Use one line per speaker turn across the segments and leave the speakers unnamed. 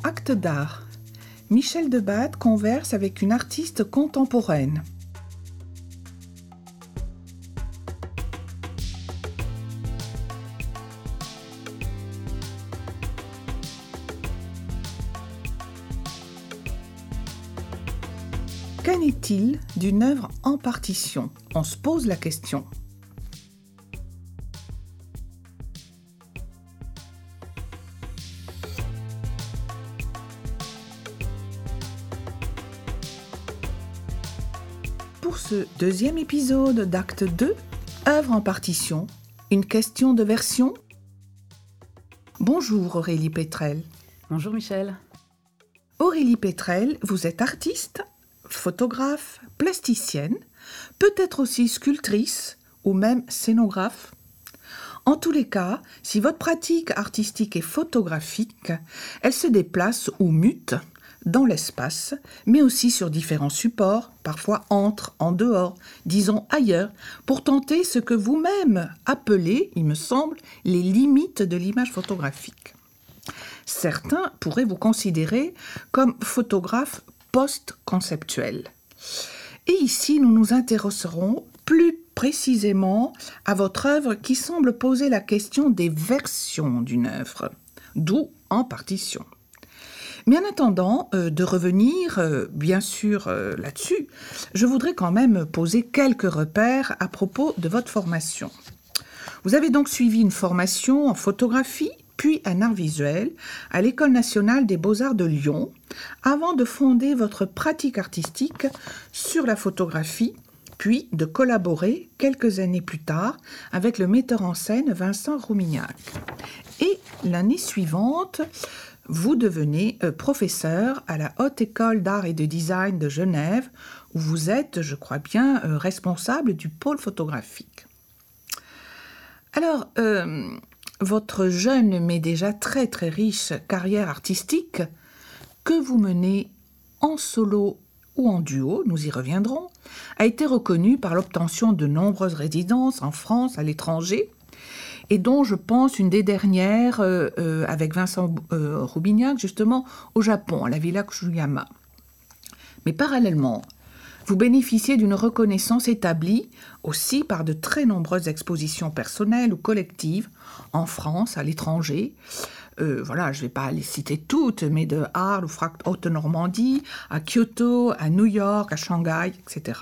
Acte d'art. Michel Debatte converse avec une artiste contemporaine. Qu'en est-il d'une œuvre en partition ? On se pose la question. Pour ce deuxième épisode d'Acte 2, œuvre en partition, une question de version. Bonjour Aurélie Pétrel.
Bonjour Michel.
Aurélie Pétrel, vous êtes artiste, photographe, plasticienne, peut-être aussi sculptrice ou même scénographe. En tous les cas, si votre pratique artistique est photographique, elle se déplace ou mute dans l'espace, mais aussi sur différents supports, parfois entre, en dehors, disons ailleurs, pour tenter ce que vous-même appelez, il me semble, les limites de l'image photographique. Certains pourraient vous considérer comme photographe post-conceptuel. Et ici, nous nous intéresserons plus précisément à votre œuvre qui semble poser la question des versions d'une œuvre, d'où en partition. Mais en attendant de revenir, bien sûr, là-dessus, je voudrais quand même poser quelques repères à propos de votre formation. Vous avez donc suivi une formation en photographie, puis en art visuel, à l'École nationale des beaux-arts de Lyon, avant de fonder votre pratique artistique sur la photographie, puis de collaborer quelques années plus tard avec le metteur en scène Vincent Roumignac. Et l'année suivante, vous devenez professeur à la Haute École d'Art et de Design de Genève, où vous êtes, je crois bien, responsable du pôle photographique. Alors, votre jeune mais déjà très très riche carrière artistique, que vous menez en solo ou en duo, nous y reviendrons, a été reconnue par l'obtention de nombreuses résidences en France, à l'étranger, et dont je pense une des dernières avec Vincent Roumignac, justement, au Japon, à la Villa Kujuyama. Mais parallèlement, vous bénéficiez d'une reconnaissance établie aussi par de très nombreuses expositions personnelles ou collectives en France, à l'étranger. Voilà, je ne vais pas les citer toutes, mais de Arles ou Haute-Normandie, à Kyoto, à New York, à Shanghai, etc.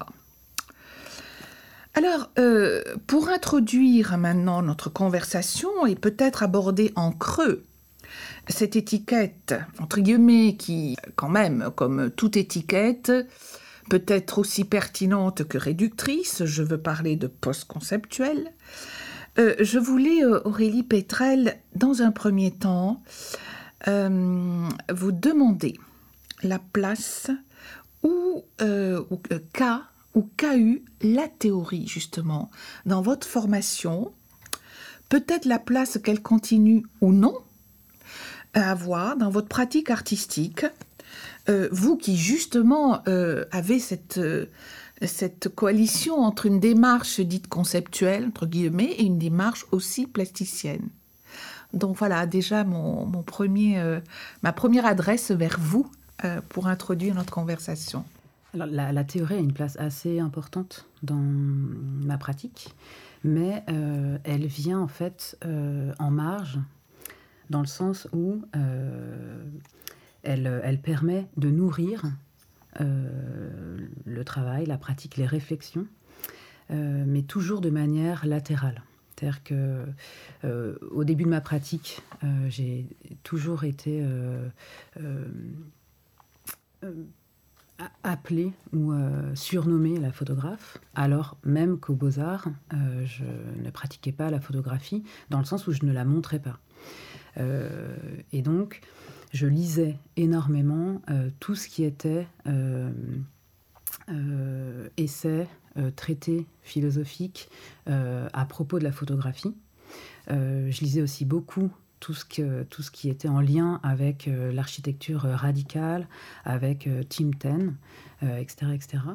Alors, pour introduire maintenant notre conversation et peut-être aborder en creux cette étiquette, entre guillemets, qui, quand même, comme toute étiquette, peut être aussi pertinente que réductrice, je veux parler de post-conceptuel, je voulais, Aurélie Pétrel, dans un premier temps, vous demander la place qu'a eu la théorie, justement, dans votre formation, peut-être la place qu'elle continue ou non à avoir dans votre pratique artistique, vous qui, justement, avez cette coalition entre une démarche dite conceptuelle, entre guillemets, et une démarche aussi plasticienne. Donc voilà, déjà ma première adresse vers vous pour introduire notre conversation.
Alors, la théorie a une place assez importante dans ma pratique, mais elle vient en fait en marge, dans le sens où elle permet de nourrir le travail, la pratique, les réflexions, mais toujours de manière latérale. C'est-à-dire qu'au début de ma pratique, j'ai toujours été appelée ou surnommée la photographe, alors même qu'aux Beaux-Arts, je ne pratiquais pas la photographie, dans le sens où je ne la montrais pas. Et donc, je lisais énormément tout ce qui était essais, traités philosophiques à propos de la photographie. Je lisais aussi beaucoup tout ce qui était en lien avec l'architecture radicale, avec Tim Ten, etc., etc.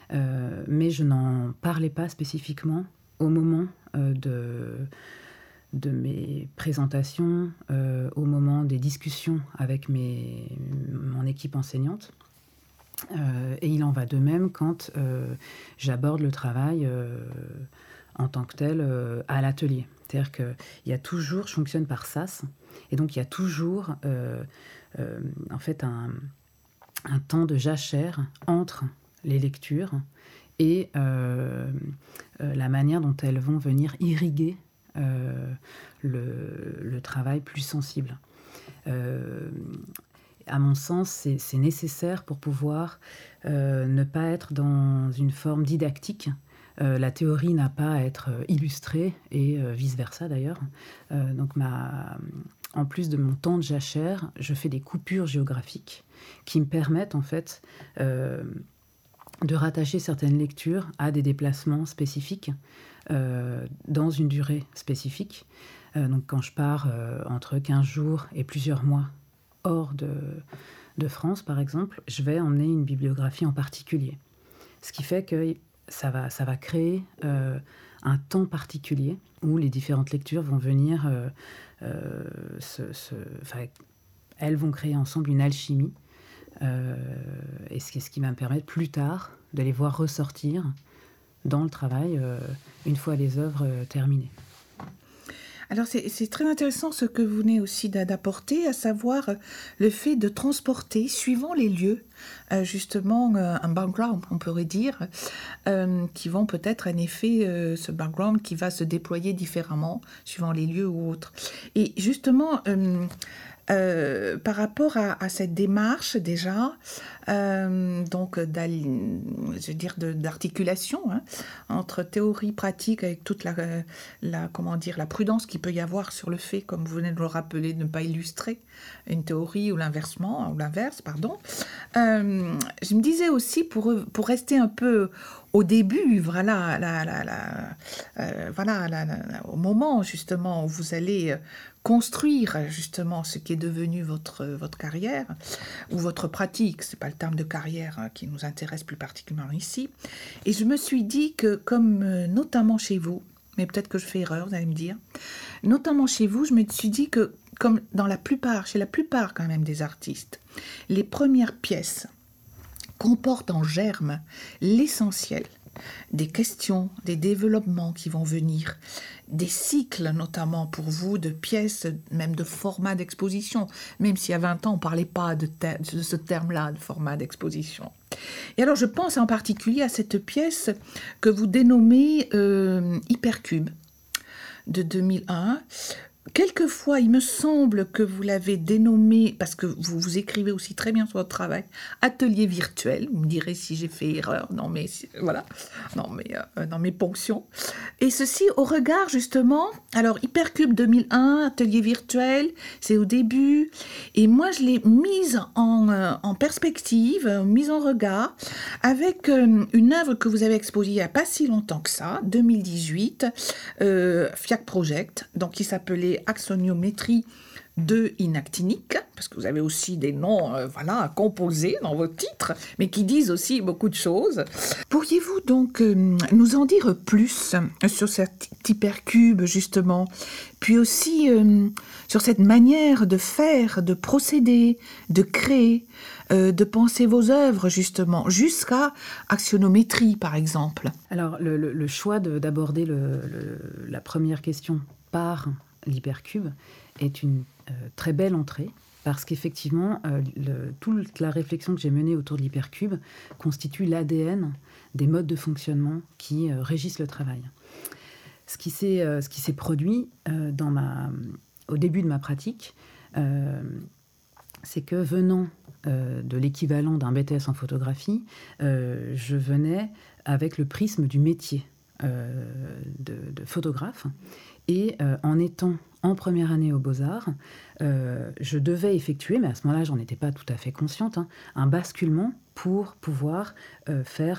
Mais je n'en parlais pas spécifiquement au moment de mes présentations, au moment des discussions avec mon équipe enseignante. Et il en va de même quand j'aborde le travail en tant que tel à l'atelier. C'est-à-dire qu'il y a toujours, je fonctionne par sas, et donc il y a toujours en fait un temps de jachère entre les lectures et la manière dont elles vont venir irriguer le travail plus sensible. À mon sens, c'est nécessaire pour pouvoir ne pas être dans une forme didactique. La théorie n'a pas à être illustrée et vice-versa d'ailleurs. Donc en plus de mon temps de jachère, je fais des coupures géographiques qui me permettent en fait de rattacher certaines lectures à des déplacements spécifiques dans une durée spécifique. Donc quand je pars entre 15 jours et plusieurs mois hors de France, par exemple, je vais emmener une bibliographie en particulier. Ce qui fait que ça va créer un temps particulier où les différentes lectures vont venir, elles vont créer ensemble une alchimie, et ce qui va me permettre plus tard de les voir ressortir dans le travail une fois les œuvres terminées.
Alors c'est très intéressant ce que vous venez aussi d'apporter, à savoir le fait de transporter, suivant les lieux, justement un background, on pourrait dire, qui vont peut-être en effet, ce background qui va se déployer différemment, suivant les lieux ou autres. Et justement, par rapport à cette démarche déjà, donc d'articulation entre théorie pratique avec toute la prudence qu'il peut y avoir sur le fait, comme vous venez de le rappeler, de ne pas illustrer une théorie ou l'inverse, pardon. Je me disais aussi pour rester un peu au début, au moment justement où vous allez construire justement ce qui est devenu votre carrière ou votre pratique, c'est pas le terme de carrière qui nous intéresse plus particulièrement ici. Et je me suis dit que comme notamment chez vous, mais peut-être que je fais erreur, vous allez me dire, notamment chez vous, je me suis dit que comme chez la plupart quand même des artistes, les premières pièces comportent en germe l'essentiel des questions, des développements qui vont venir, des cycles notamment pour vous, de pièces, même de format d'exposition, même s'il y a 20 ans on ne parlait pas de ce terme-là, de format d'exposition. Et alors je pense en particulier à cette pièce que vous dénommez Hypercube de 2001. Quelquefois, il me semble que vous l'avez dénommé, parce que vous écrivez aussi très bien sur votre travail, atelier virtuel. Vous me direz si j'ai fait erreur dans mes ponctions. Et ceci au regard justement, alors Hypercube 2001, atelier virtuel, c'est au début. Et moi, je l'ai mise en perspective, mise en regard, avec une œuvre que vous avez exposée il n'y a pas si longtemps que ça, 2018, FIAC Project, donc qui s'appelait Axoniométrie de inactinique, parce que vous avez aussi des noms à composer dans vos titres, mais qui disent aussi beaucoup de choses. Pourriez-vous donc nous en dire plus sur cet hypercube, justement, puis aussi sur cette manière de faire, de procéder, de créer, de penser vos œuvres, justement, jusqu'à axonométrie, par exemple.
Alors, le choix d'aborder la première question par l'hypercube est une très belle entrée, parce qu'effectivement, toute la réflexion que j'ai menée autour de l'hypercube constitue l'ADN des modes de fonctionnement qui régissent le travail. Ce qui s'est produit au début de ma pratique, c'est que venant de l'équivalent d'un BTS en photographie, je venais avec le prisme du métier de photographe. Et en étant en première année aux Beaux-Arts, je devais effectuer, mais à ce moment-là, j'en étais pas tout à fait consciente, un basculement pour pouvoir faire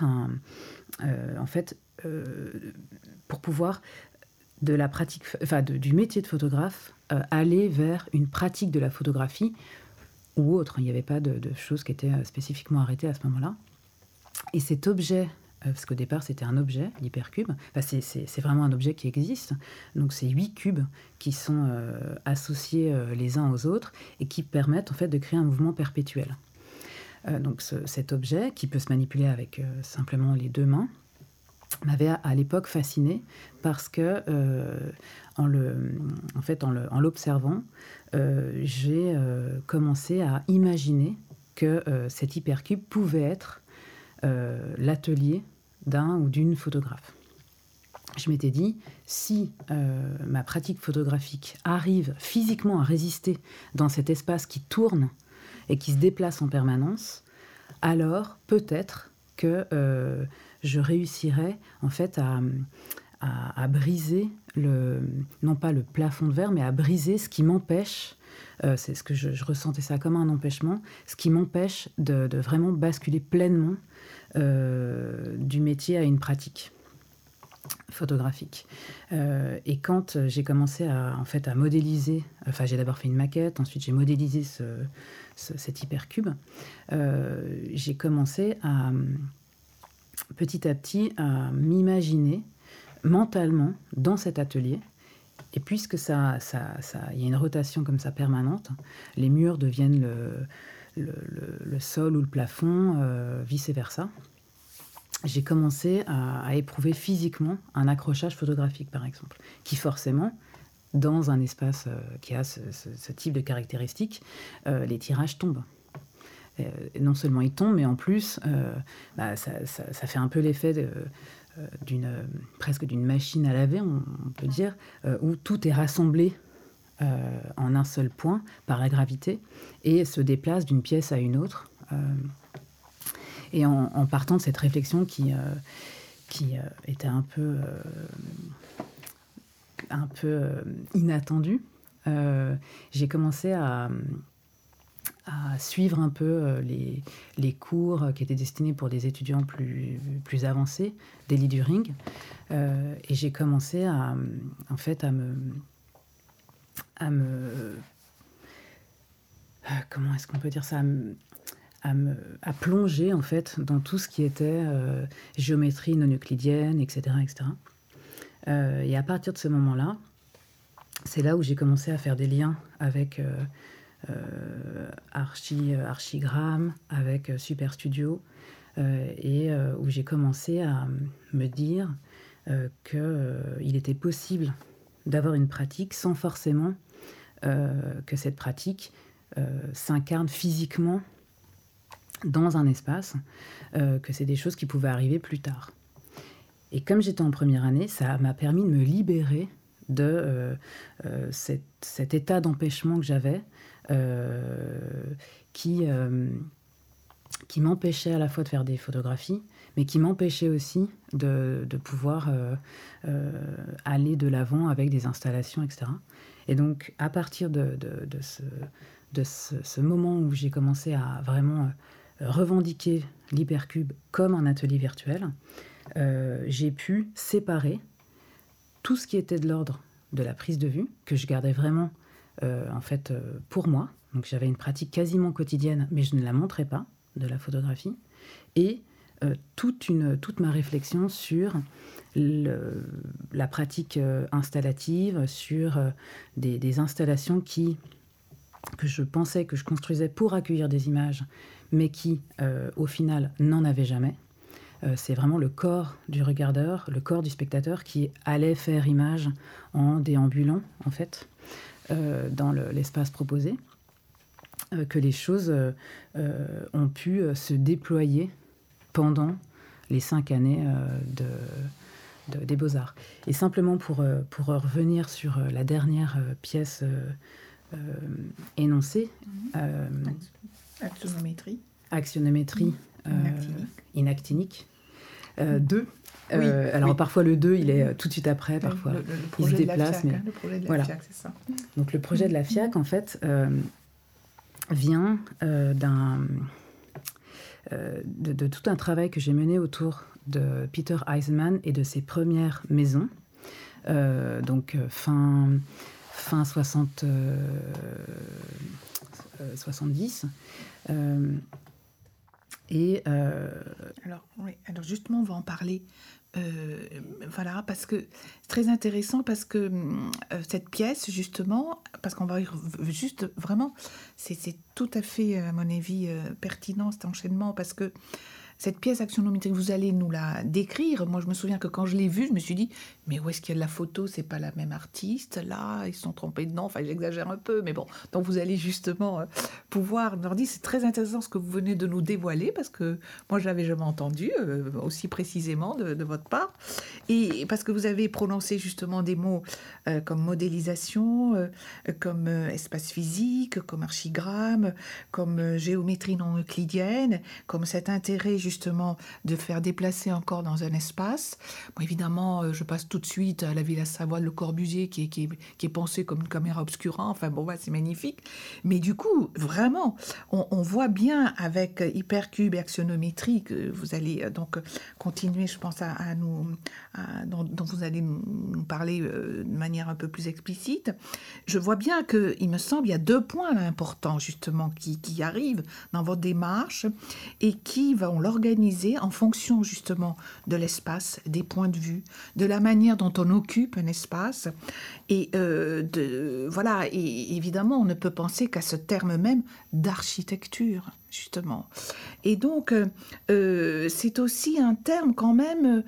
pour pouvoir de la pratique, du métier de photographe, aller vers une pratique de la photographie ou autre. Il n'y avait pas de choses qui étaient spécifiquement arrêtées à ce moment-là. Et cet objet parce qu'au départ, c'était un objet, l'hypercube. Enfin, c'est vraiment un objet qui existe. Donc, c'est 8 cubes qui sont associés les uns aux autres et qui permettent en fait de créer un mouvement perpétuel. Donc, cet objet, qui peut se manipuler avec simplement les 2 mains, m'avait à l'époque fascinée parce que, en l'observant, j'ai commencé à imaginer que cet hypercube pouvait être l'atelier d'un ou d'une photographe. Je m'étais dit, si ma pratique photographique arrive physiquement à résister dans cet espace qui tourne et qui se déplace en permanence, alors peut-être que je réussirais en fait à briser non pas le plafond de verre, mais à briser ce qui m'empêche, c'est ce que je ressentais ça comme un empêchement, ce qui m'empêche de vraiment basculer pleinement du métier à une pratique photographique. Et quand j'ai commencé à modéliser, j'ai d'abord fait une maquette, ensuite j'ai modélisé cet hypercube, j'ai commencé petit à petit à m'imaginer mentalement dans cet atelier. Et puisque il y a une rotation comme ça permanente, les murs deviennent le sol ou le plafond, vice-versa. J'ai commencé à éprouver physiquement un accrochage photographique, par exemple, qui forcément, dans un espace qui a ce type de caractéristiques, les tirages tombent. Non seulement ils tombent, mais en plus, ça fait un peu l'effet presque d'une machine à laver, on peut dire, où tout est rassemblé en un seul point par la gravité et se déplace d'une pièce à une autre. Et en partant de cette réflexion qui était un peu inattendue, j'ai commencé à suivre un peu les cours qui étaient destinés pour des étudiants plus avancés d'Elie During. Et j'ai commencé à comment est-ce qu'on peut dire ça, à plonger en fait dans tout ce qui était géométrie non euclidienne, etc., etc. Et à partir de ce moment-là, c'est là où j'ai commencé à faire des liens avec Archigram, avec Super Studio, et où j'ai commencé à me dire qu'il était possible d'avoir une pratique sans forcément que cette pratique s'incarne physiquement dans un espace, que c'est des choses qui pouvaient arriver plus tard. Et comme j'étais en première année, ça m'a permis de me libérer de cet état d'empêchement que j'avais, qui m'empêchait à la fois de faire des photographies, mais qui m'empêchait aussi de pouvoir aller de l'avant avec des installations, etc. Et donc, à partir de ce moment où j'ai commencé à vraiment revendiquer l'hypercube comme un atelier virtuel, j'ai pu séparer tout ce qui était de l'ordre de la prise de vue, que je gardais vraiment pour moi. Donc j'avais une pratique quasiment quotidienne, mais je ne la montrais pas, de la photographie, et toute ma réflexion sur la pratique installative, sur des installations que je pensais que je construisais pour accueillir des images, mais qui, au final, n'en avaient jamais. C'est vraiment le corps du regardeur, le corps du spectateur qui allait faire image en déambulant, en fait, dans l'espace proposé, que les choses ont pu se déployer pendant les 5 années des Beaux-Arts. Et simplement pour revenir sur la dernière pièce énoncée, Axonométrie inactinique. 2. Oui, alors oui. Parfois le 2 il est tout de suite après, parfois
le
il se déplace.
FIAC, le projet de la FIAC, c'est ça.
Donc le projet de la FIAC, en fait, vient de tout un travail que j'ai mené autour de Peter Eisenman et de ses premières maisons. Donc fin 70. Et
alors justement, on va en parler. Voilà, parce que c'est très intéressant, parce que cette pièce, justement, parce qu'on va juste vraiment, c'est tout à fait, à mon avis, pertinent cet enchaînement, parce que cette pièce axonométrique, vous allez nous la décrire. Moi, je me souviens que quand je l'ai vue, je me suis dit, mais où est-ce qu'il y a de la photo? C'est pas la même artiste, là, ils se sont trompés de nom. Enfin, j'exagère un peu, mais bon. Donc, vous allez justement pouvoir nous dire, c'est très intéressant ce que vous venez de nous dévoiler, parce que moi, je l'avais jamais entendu, aussi précisément de votre part. Et parce que vous avez prononcé justement des mots comme modélisation, comme espace physique, comme archigramme, comme géométrie non euclidienne, comme cet intérêt justement de faire déplacer encore dans un espace. Bon, évidemment, je passe tout de suite à la Villa Savoie de Le Corbusier qui est pensée comme une caméra obscura. Enfin bon, ouais, c'est magnifique. Mais du coup, vraiment, on voit bien avec Hypercube et axonométrie que vous allez donc continuer, je pense, dont vous allez nous parler de manière un peu plus explicite. Je vois bien qu'il me semble, il y a 2 points là, importants justement qui arrivent dans votre démarche et qui vont l'organiser en fonction justement de l'espace, des points de vue, de la manière dont on occupe un espace. Et voilà, et évidemment, on ne peut penser qu'à ce terme même d'architecture, justement. Et donc, c'est aussi un terme quand même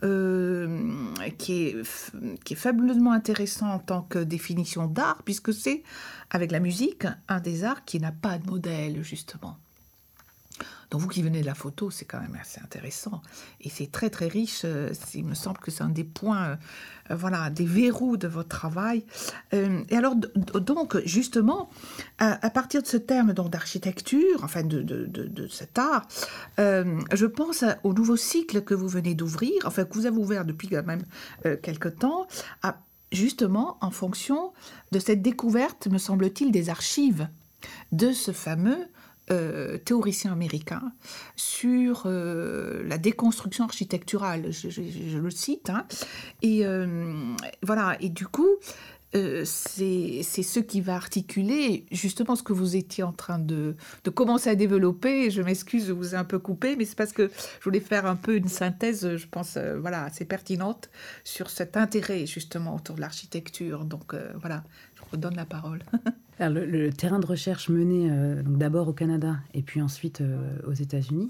qui est fabuleusement intéressant en tant que définition d'art, puisque c'est, avec la musique, un des arts qui n'a pas de modèle, justement. Donc vous qui venez de la photo, c'est quand même assez intéressant. Et c'est très très riche. Il me semble que c'est un des points, voilà, des verrous de votre travail. Et alors, donc, justement, à partir de ce terme donc, d'architecture, enfin de cet art, je pense au nouveau cycle que vous venez d'ouvrir, enfin que vous avez ouvert depuis quand même quelque temps, justement en fonction de cette découverte, me semble-t-il, des archives de ce fameux théoricien américain sur la déconstruction architecturale, je le cite, hein. Et voilà, et du coup, c'est ce qui va articuler justement ce que vous étiez en train de commencer à développer. Je m'excuse, je vous ai un peu coupé, mais c'est parce que je voulais faire un peu une synthèse, je pense, voilà, assez pertinente sur cet intérêt justement autour de l'architecture. Donc voilà, je vous redonne la parole.
Alors, le terrain de recherche mené donc d'abord au Canada et puis ensuite aux États-Unis,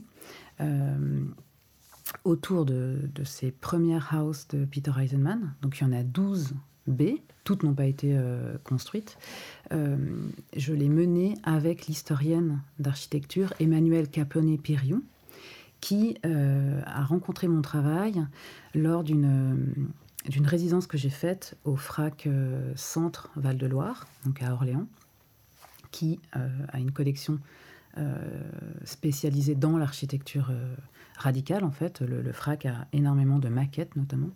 autour de ces premières houses de Peter Eisenman. Donc il y en a 12 B, toutes n'ont pas été construites. Je l'ai mené avec l'historienne d'architecture Emmanuelle Capone-Piriou, qui a rencontré mon travail lors d'une résidence que j'ai faite au FRAC Centre Val-de-Loire, donc à Orléans, qui a une collection spécialisée dans l'architecture radicale, en fait. Le FRAC a énormément de maquettes, notamment.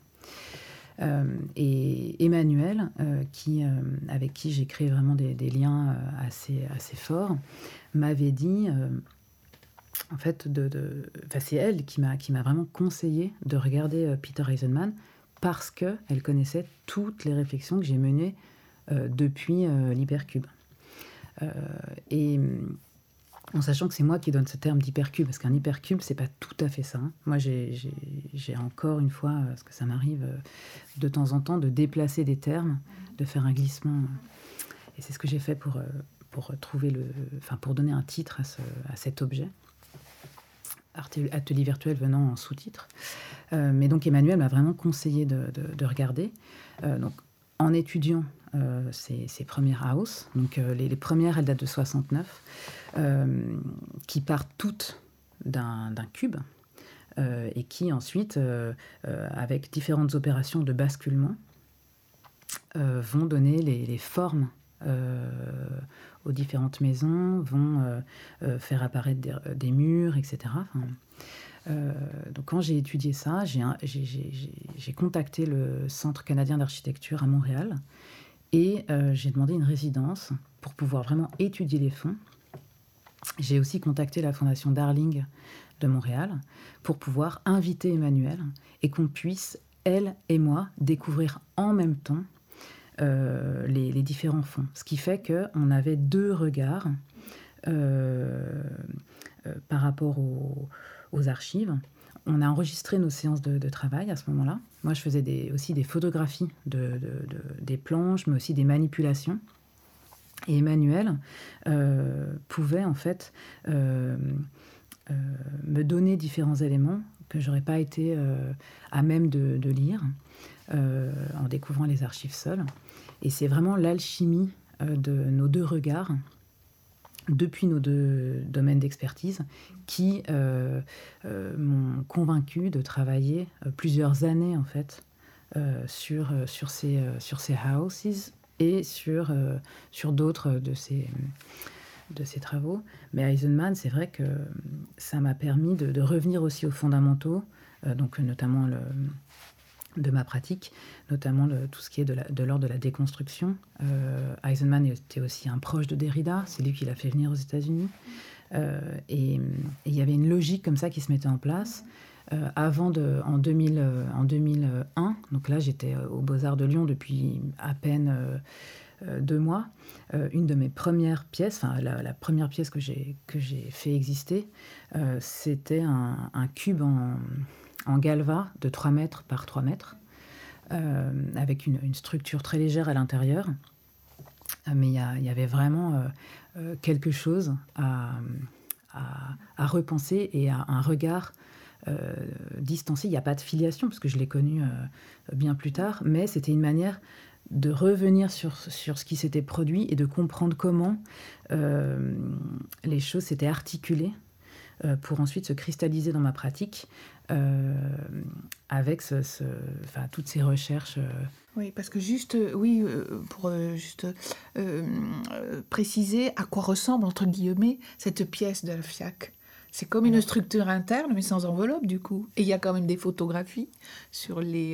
Et Emmanuel, avec qui j'ai créé vraiment des liens assez forts, m'avait dit... en fait, c'est elle qui m'a vraiment conseillé de regarder Peter Eisenman, parce qu'elle connaissait toutes les réflexions que j'ai menées depuis l'hypercube. Et en sachant que c'est moi qui donne ce terme d'hypercube, parce qu'un hypercube, c'est pas tout à fait ça. Hein. Moi, j'ai encore une fois, parce que ça m'arrive de temps en temps, de déplacer des termes, de faire un glissement. Et c'est ce que j'ai fait pour donner un titre à cet objet. Atelier virtuel venant en sous-titre. Mais donc Emmanuel m'a vraiment conseillé de regarder. Donc, en étudiant ces premières houses, donc les premières, elles datent de 69, qui partent toutes d'un cube et qui ensuite, avec différentes opérations de basculement, vont donner les formes aux différentes maisons, vont faire apparaître des murs, etc. Donc quand j'ai étudié ça, j'ai contacté le Centre canadien d'architecture à Montréal et j'ai demandé une résidence pour pouvoir vraiment étudier les fonds. J'ai aussi contacté la Fondation Darling de Montréal pour pouvoir inviter Emmanuel et qu'on puisse, elle et moi, découvrir en même temps les différents fonds. Ce qui fait qu'on avait 2 regards par rapport aux archives. On a enregistré nos séances de travail à ce moment-là. Moi, je faisais aussi des photographies des planches, mais aussi des manipulations. Et Emmanuel pouvait en fait me donner différents éléments que je n'aurais pas été à même de lire en découvrant les archives seules. Et c'est vraiment l'alchimie de nos deux regards depuis nos deux domaines d'expertise qui m'ont convaincu de travailler plusieurs années en fait sur ces houses et sur d'autres de ces travaux. Mais Eisenman, c'est vrai que ça m'a permis de revenir aussi aux fondamentaux, donc notamment de ma pratique, notamment tout ce qui est de l'ordre de la déconstruction. Eisenman était aussi un proche de Derrida, c'est lui qui l'a fait venir aux États-Unis. Et il y avait une logique comme ça qui se mettait en place. En 2001, donc là j'étais aux Beaux-Arts de Lyon depuis à peine 2 mois, une de mes premières pièces, enfin la première pièce que j'ai fait exister, c'était un cube en galva de 3 mètres par 3 mètres, avec une structure très légère à l'intérieur. Mais il y avait vraiment quelque chose à repenser et à un regard distancé. Il n'y a pas de filiation, parce que je l'ai connu bien plus tard, mais c'était une manière de revenir sur ce qui s'était produit et de comprendre comment les choses s'étaient articulées pour ensuite se cristalliser dans ma pratique avec toutes ces recherches.
Oui, parce que pour préciser à quoi ressemble, entre guillemets, cette pièce de la FIAC. C'est comme une structure interne, mais sans enveloppe, du coup. Et il y a quand même des photographies sur les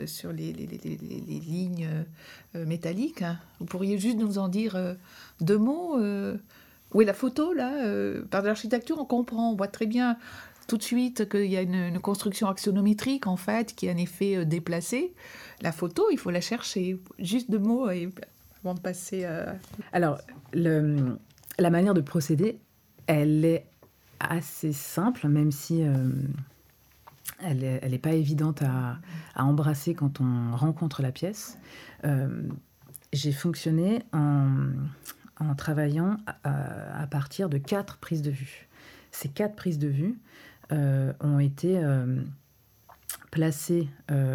lignes métalliques. Hein. Vous pourriez juste nous en dire 2 mots Oui, la photo, là, par l'architecture, on comprend, on voit très bien tout de suite qu'il y a une construction axonométrique, en fait, qui est un effet déplacé. La photo, il faut la chercher. Juste 2 mots avant de passer à...
Alors, la manière de procéder, elle est assez simple, même si elle n'est pas évidente à embrasser quand on rencontre la pièce. J'ai fonctionné en travaillant à partir de 4 prises de vue. Ces 4 prises de vue ont été placées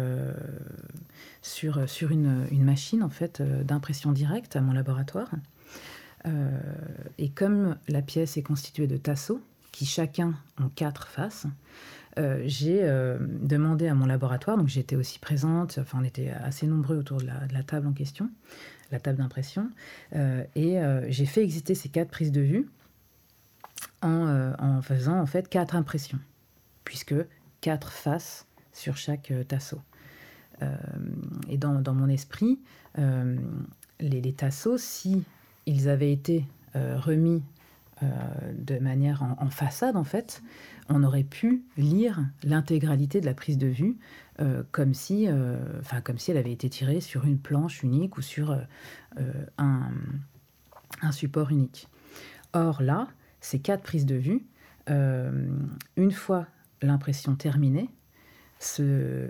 sur une machine en fait, d'impression directe à mon laboratoire. Et comme la pièce est constituée de tasseaux, qui chacun ont 4 faces, j'ai demandé à mon laboratoire, donc j'étais aussi présente, enfin on était assez nombreux autour de la table en question, la table d'impression, et j'ai fait exister ces 4 prises de vue en faisant en fait 4 impressions, puisque 4 faces sur chaque tasseau. Et dans mon esprit, les tasseaux, si ils avaient été remis de manière en façade, en fait, on aurait pu lire l'intégralité de la prise de vue comme si elle avait été tirée sur une planche unique ou sur un support unique. Or là, ces 4 prises de vue, une fois l'impression terminée, se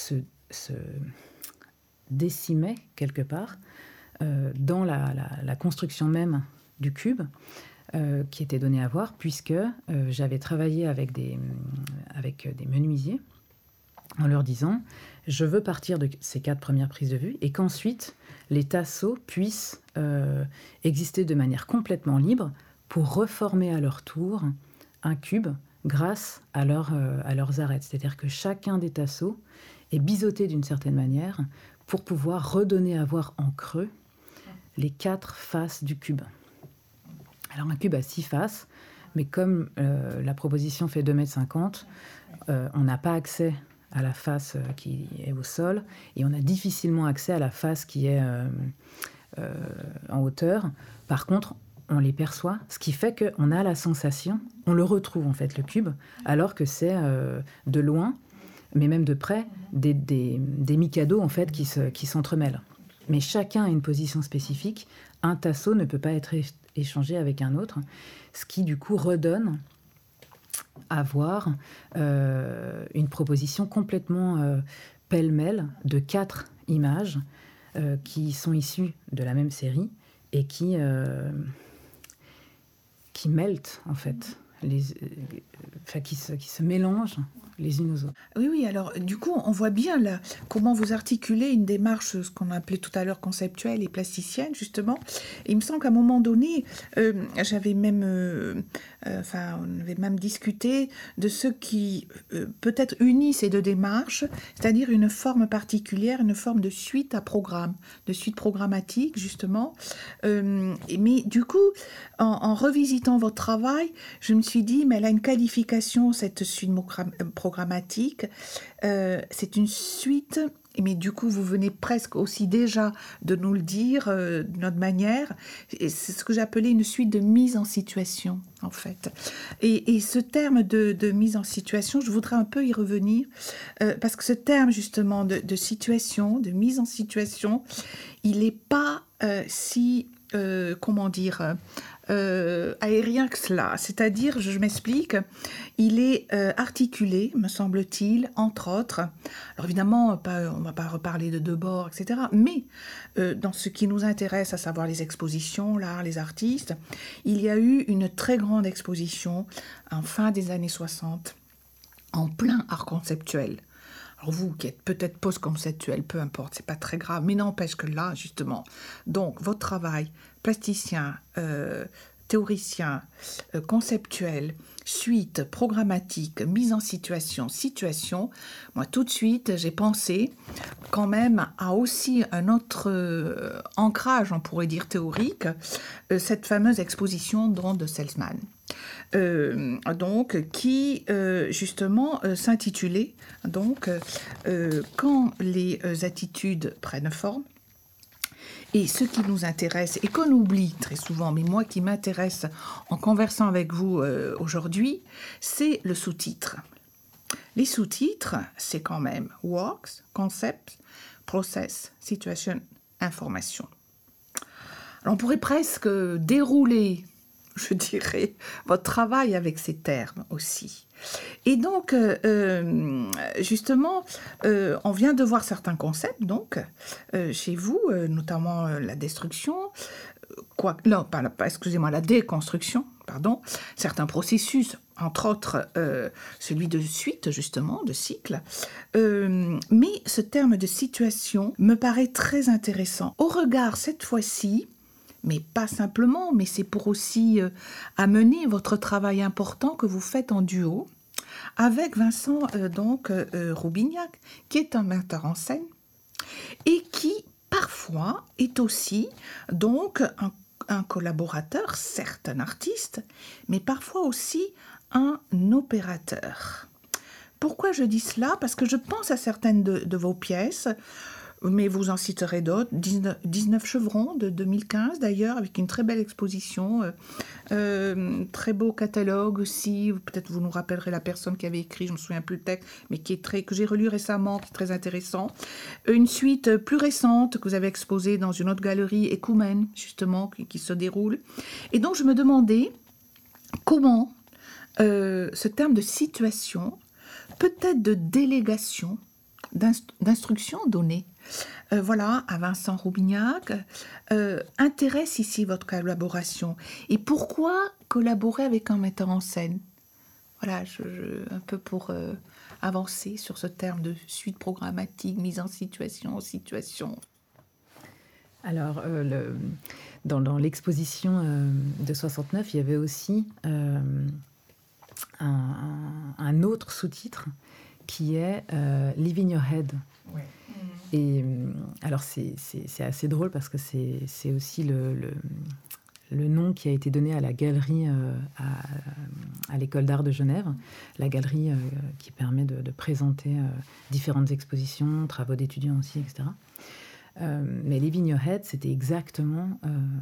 décimaient quelque part dans la construction même du cube, qui était donné à voir, puisque j'avais travaillé avec des menuisiers en leur disant « Je veux partir de ces 4 premières prises de vue et qu'ensuite les tasseaux puissent exister de manière complètement libre pour reformer à leur tour un cube grâce à leurs arêtes. » C'est-à-dire que chacun des tasseaux est biseauté d'une certaine manière pour pouvoir redonner à voir en creux les 4 faces du cube. Alors un cube a 6 faces, mais comme la proposition fait 2,50 m, on n'a pas accès à la face qui est au sol et on a difficilement accès à la face qui est en hauteur. Par contre, on les perçoit, ce qui fait qu'on a la sensation, on le retrouve en fait le cube, alors que c'est de loin, mais même de près, des mikados en fait qui s'entremêlent. Mais chacun a une position spécifique. Un tasseau ne peut pas être échangé avec un autre, ce qui du coup redonne avoir une proposition complètement pêle-mêle de 4 images qui sont issues de la même série et qui meltent, en fait, qui se mélangent les unes aux autres.
Oui, alors du coup, on voit bien là comment vous articulez une démarche, ce qu'on appelait tout à l'heure conceptuelle et plasticienne, justement. Et il me semble qu'à un moment donné, j'avais même, on avait même discuté de ce qui peut-être unit ces deux démarches, c'est-à-dire une forme particulière, une forme de suite à programme, de suite programmatique, justement. Mais du coup, en revisitant votre travail, je me suis dit, mais elle a une qualification, cette suite programmatique. C'est une suite, mais du coup, vous venez presque aussi déjà de nous le dire d'une autre manière. Et c'est ce que j'appelais une suite de mise en situation, en fait. Et ce terme de mise en situation, je voudrais un peu y revenir, parce que ce terme, justement, de situation, de mise en situation, il n'est pas si... aérien que cela. C'est-à-dire, je m'explique, il est articulé, me semble-t-il, entre autres. Alors évidemment, on ne va pas reparler de Debord, etc. Mais dans ce qui nous intéresse, à savoir les expositions, l'art, les artistes, il y a eu une très grande exposition en fin des années 60, en plein art conceptuel. Alors vous, qui êtes peut-être post-conceptuel, peu importe, c'est pas très grave, mais n'empêche que là, justement, donc votre travail plasticien, théoricien, conceptuel, suite, programmatique, mise en situation, moi tout de suite, j'ai pensé quand même à aussi un autre ancrage, on pourrait dire théorique, cette fameuse exposition de Selzman. Qui justement s'intitulait Quand les attitudes prennent forme. Et ce qui nous intéresse et qu'on oublie très souvent, mais moi qui m'intéresse en conversant avec vous aujourd'hui, c'est le sous-titre. Les sous-titres, c'est quand même works, concept, process, situation, information. Alors on pourrait presque dérouler, je dirais, votre travail avec ces termes aussi. Et donc, justement, on vient de voir certains concepts, donc, chez vous, notamment la destruction, la déconstruction, pardon, certains processus, entre autres celui de suite, justement, de cycle. Mais ce terme de situation me paraît très intéressant. Au regard, cette fois-ci, mais pas simplement, mais c'est pour aussi amener votre travail important que vous faites en duo avec Vincent Roubignac, qui est un metteur en scène et qui parfois est aussi donc un collaborateur, certes un artiste, mais parfois aussi un opérateur. Pourquoi je dis cela ? Parce que je pense à certaines de vos pièces, mais vous en citerez d'autres, 19 chevrons de 2015 d'ailleurs, avec une très belle exposition, très beau catalogue aussi, peut-être vous nous rappellerez la personne qui avait écrit, je ne me souviens plus le texte, mais que j'ai relu récemment, qui est très intéressant. Une suite plus récente que vous avez exposée dans une autre galerie, Écoumène, justement, qui se déroule. Et donc je me demandais comment ce terme de situation, peut-être de délégation, d'instructions données, à Vincent Roubignac, intéresse ici votre collaboration. Et pourquoi collaborer avec un metteur en scène ? Voilà, un peu pour avancer sur ce terme de suite programmatique, mise en situation.
Alors, dans l'exposition de 69, il y avait aussi un autre sous-titre qui est Living Your Head.
Ouais.
Et alors, c'est assez drôle parce que c'est aussi le nom qui a été donné à la galerie à l'École d'art de Genève, la galerie qui permet de présenter différentes expositions, travaux d'étudiants aussi, etc. Mais Living Your Head, c'était exactement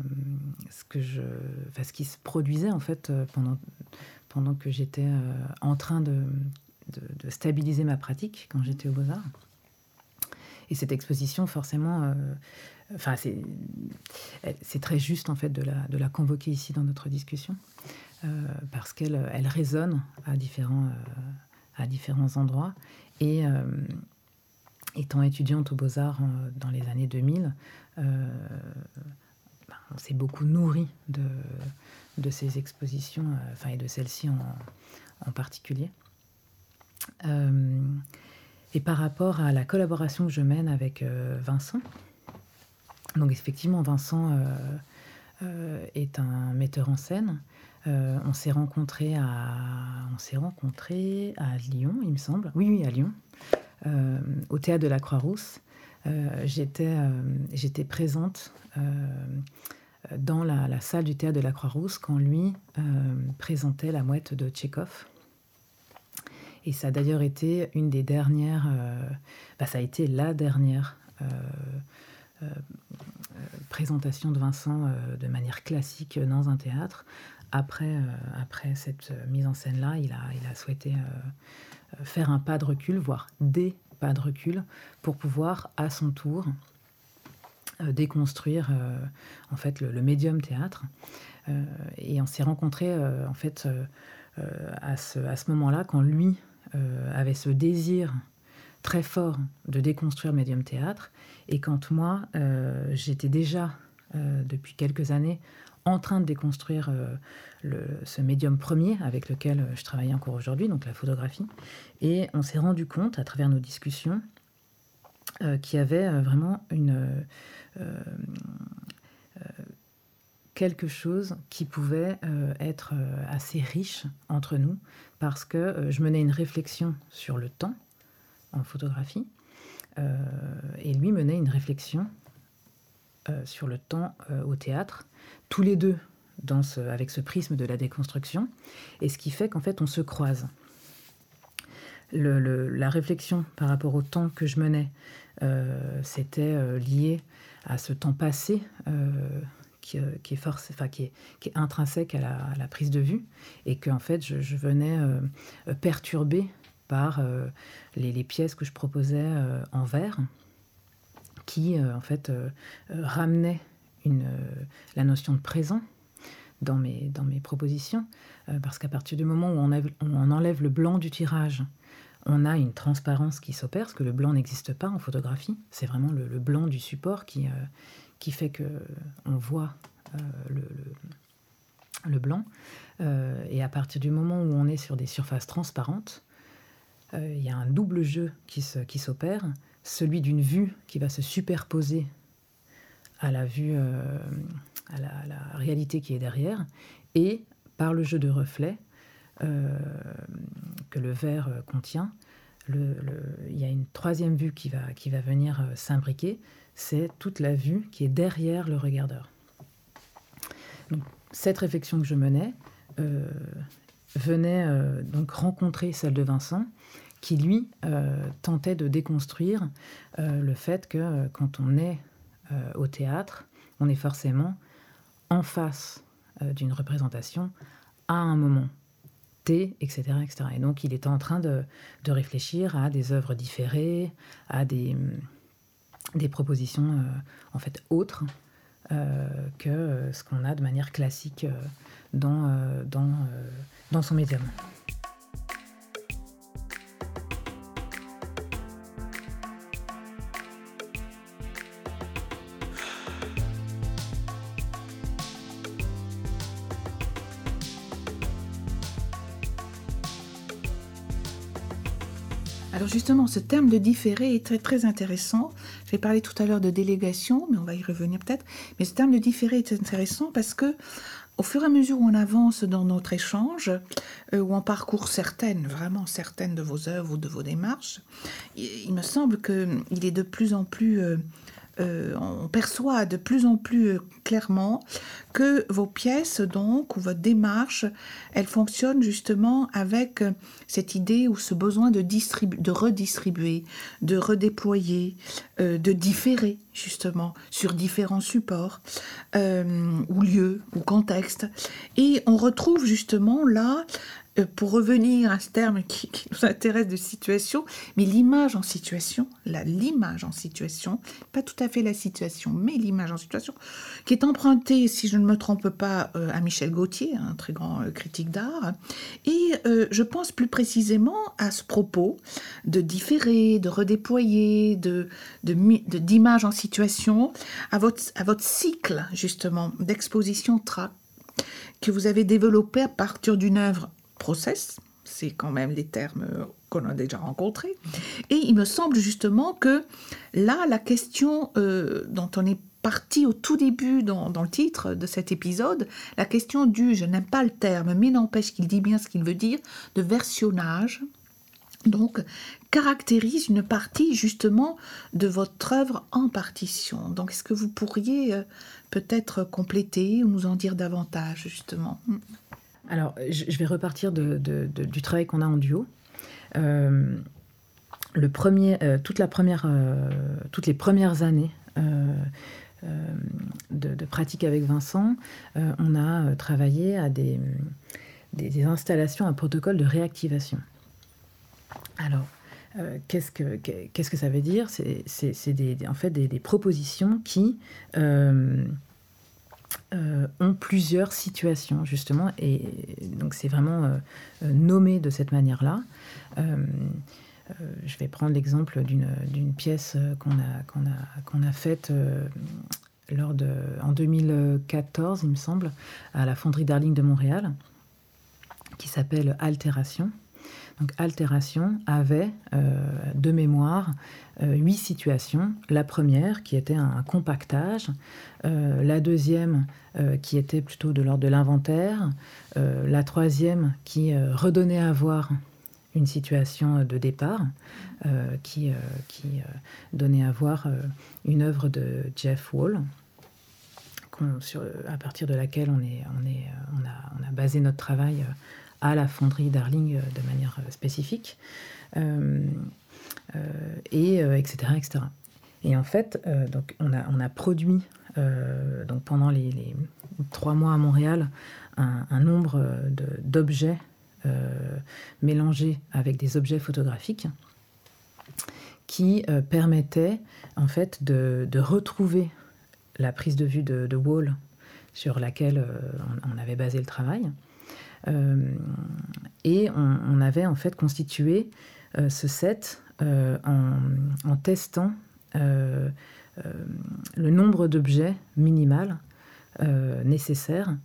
ce qui se produisait en fait pendant que j'étais en train de stabiliser ma pratique quand j'étais aux Beaux-Arts. Et cette exposition, forcément, c'est très juste en fait de la convoquer ici dans notre discussion. parce qu'elle résonne à différents endroits. Et étant étudiante aux Beaux-Arts dans les années 2000, on s'est beaucoup nourri de ces expositions, et de celle-ci en particulier. Et par rapport à la collaboration que je mène avec Vincent, donc effectivement Vincent est un metteur en scène. On s'est rencontrés à Lyon, il me semble. Oui, à Lyon, au théâtre de la Croix-Rousse. J'étais présente dans la salle du théâtre de la Croix-Rousse quand lui présentait La Mouette de Tchekhov. Et ça a d'ailleurs été une des dernières... ça a été la dernière présentation de Vincent de manière classique dans un théâtre. Après cette mise en scène-là, il a souhaité faire un pas de recul, voire des pas de recul, pour pouvoir, à son tour, déconstruire le médium théâtre. Et on s'est rencontrés à ce moment-là, quand lui avait ce désir très fort de déconstruire le médium théâtre, et quand moi, j'étais déjà, depuis quelques années, en train de déconstruire ce médium premier avec lequel je travaille encore aujourd'hui, donc la photographie. Et on s'est rendu compte, à travers nos discussions, qu'il y avait vraiment quelque chose qui pouvait être assez riche entre nous, parce que je menais une réflexion sur le temps en photographie, et lui menait une réflexion sur le temps au théâtre, tous les deux avec ce prisme de la déconstruction, et ce qui fait qu'en fait on se croise. La réflexion par rapport au temps que je menais, c'était lié à ce temps passé qui est intrinsèque à la prise de vue, et que en fait je venais perturber par les pièces que je proposais en verre, qui ramenaient la notion de présent dans mes propositions, parce qu'à partir du moment où on enlève le blanc du tirage, on a une transparence qui s'opère, parce que le blanc n'existe pas en photographie. C'est vraiment le blanc du support qui fait qu'on voit le blanc. Et à partir du moment où on est sur des surfaces transparentes, il y a un double jeu qui s'opère, celui d'une vue qui va se superposer à la vue, à la réalité qui est derrière, et par le jeu de reflets que le verre contient, il y a une troisième vue qui va venir s'imbriquer, c'est toute la vue qui est derrière le regardeur. Donc, cette réflexion que je menais venait donc rencontrer celle de Vincent, qui lui tentait de déconstruire le fait que quand on est au théâtre, on est forcément en face d'une représentation à un moment T, etc., etc. Et donc, il était en train de réfléchir à des œuvres différées, à des propositions autres que ce qu'on a de manière classique dans son médium.
Alors justement, ce terme de différé est très, très intéressant. J'ai parlé tout à l'heure de délégation, mais on va y revenir peut-être. Mais ce terme de différé est intéressant parce que, au fur et à mesure où on avance dans notre échange, où on parcourt vraiment certaines de vos œuvres ou de vos démarches, il me semble qu'il est de plus en plus... on perçoit de plus en plus clairement que vos pièces, donc, ou votre démarche, elle fonctionne justement avec cette idée ou ce besoin de redistribuer, de redéployer, de différer, justement, sur différents supports, ou lieux, ou contextes. Et on retrouve justement là pour revenir à ce terme qui nous intéresse de situation, mais l'image en situation, l'image en situation, pas tout à fait la situation, mais l'image en situation, qui est empruntée, si je ne me trompe pas, à Michel Gauthier, un très grand critique d'art, et je pense plus précisément à ce propos de différer, de redéployer, d'image en situation, à votre cycle, justement, d'exposition track que vous avez développé à partir d'une œuvre process, c'est quand même les termes qu'on a déjà rencontrés, et il me semble justement que là, la question dont on est parti au tout début dans le titre de cet épisode, la question du, je n'aime pas le terme, mais n'empêche qu'il dit bien ce qu'il veut dire, de versionnage, donc caractérise une partie justement de votre œuvre en partition. Donc est-ce que vous pourriez peut-être compléter ou nous en dire davantage justement?
Alors, je vais repartir du travail qu'on a en duo. Toutes les premières années de pratique avec Vincent, on a travaillé à des installations, un protocole de réactivation. Alors, qu'est-ce que ça veut dire? C'est en fait des propositions qui ont plusieurs situations, justement, et donc c'est vraiment nommé de cette manière-là. Je vais prendre l'exemple d'une pièce qu'on a faite en 2014, il me semble, à la Fonderie Darling de Montréal, qui s'appelle Altération. Donc Altération avait, de mémoire, 8 situations. La première qui était un compactage, la deuxième qui était plutôt de l'ordre de l'inventaire, la troisième qui redonnait à voir une situation de départ, qui donnait à voir une œuvre de Jeff Wall, à partir de laquelle on a basé notre travail à la Fonderie Darling de manière spécifique, etc., etc. Et en fait, donc on a produit donc pendant les 3 mois à Montréal un nombre d'objets mélangés avec des objets photographiques qui permettaient en fait de retrouver la prise de vue de Wall sur laquelle on avait basé le travail. Et on avait en fait constitué ce set en testant le nombre d'objets minimal nécessaire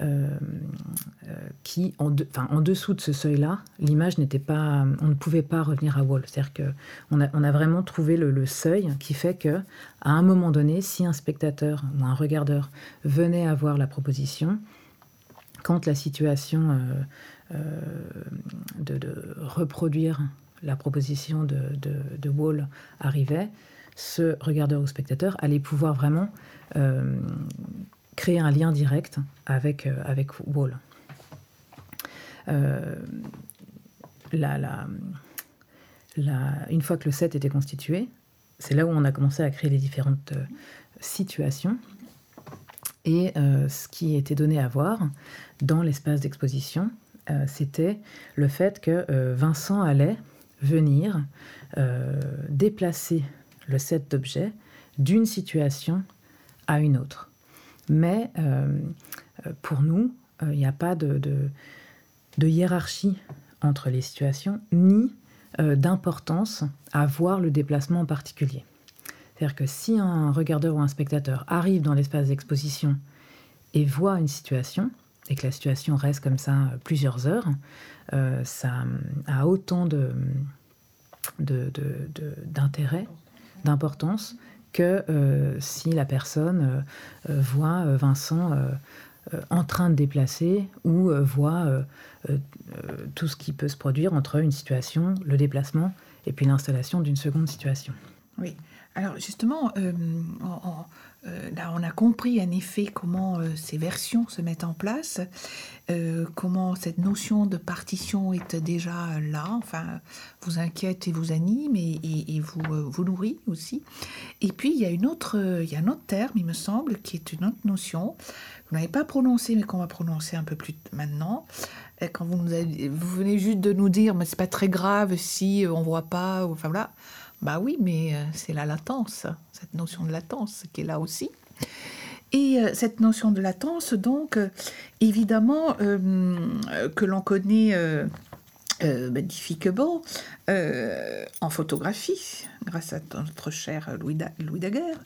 qui, en dessous de ce seuil-là, l'image n'était pas... On ne pouvait pas revenir à Wall. C'est-à-dire qu'on a vraiment trouvé le seuil qui fait qu'à un moment donné, si un spectateur ou un regardeur venait à voir la proposition, quand la situation de reproduire la proposition de Wall arrivait, ce regardeur ou spectateur allait pouvoir vraiment créer un lien direct avec Wall. Une fois que le set était constitué, c'est là où on a commencé à créer les différentes situations. Et ce qui était donné à voir dans l'espace d'exposition, c'était le fait que Vincent allait venir déplacer le set d'objets d'une situation à une autre. Mais pour nous, il n'y a pas de hiérarchie entre les situations, ni d'importance à voir le déplacement en particulier. C'est-à-dire que si un regardeur ou un spectateur arrive dans l'espace d'exposition et voit une situation, et que la situation reste comme ça plusieurs heures, ça a autant d'intérêt, d'importance, que si la personne voit Vincent en train de déplacer ou voit tout ce qui peut se produire entre une situation, le déplacement, et puis l'installation d'une seconde situation.
Oui. Alors justement, là, on a compris en effet comment ces versions se mettent en place, comment cette notion de partition est déjà là, enfin, vous inquiète et vous anime et vous nourrit aussi. Et puis, il y a un autre terme, il me semble, qui est une autre notion, que vous n'avez pas prononcé, mais qu'on va prononcer un peu plus maintenant. Quand vous venez juste de nous dire, mais c'est pas très grave si on voit pas, enfin voilà. Bah oui, mais c'est la latence, cette notion de latence qui est là aussi. Et cette notion de latence, donc, évidemment, que l'on connaît magnifiquement en photographie, grâce à notre cher Louis Daguerre.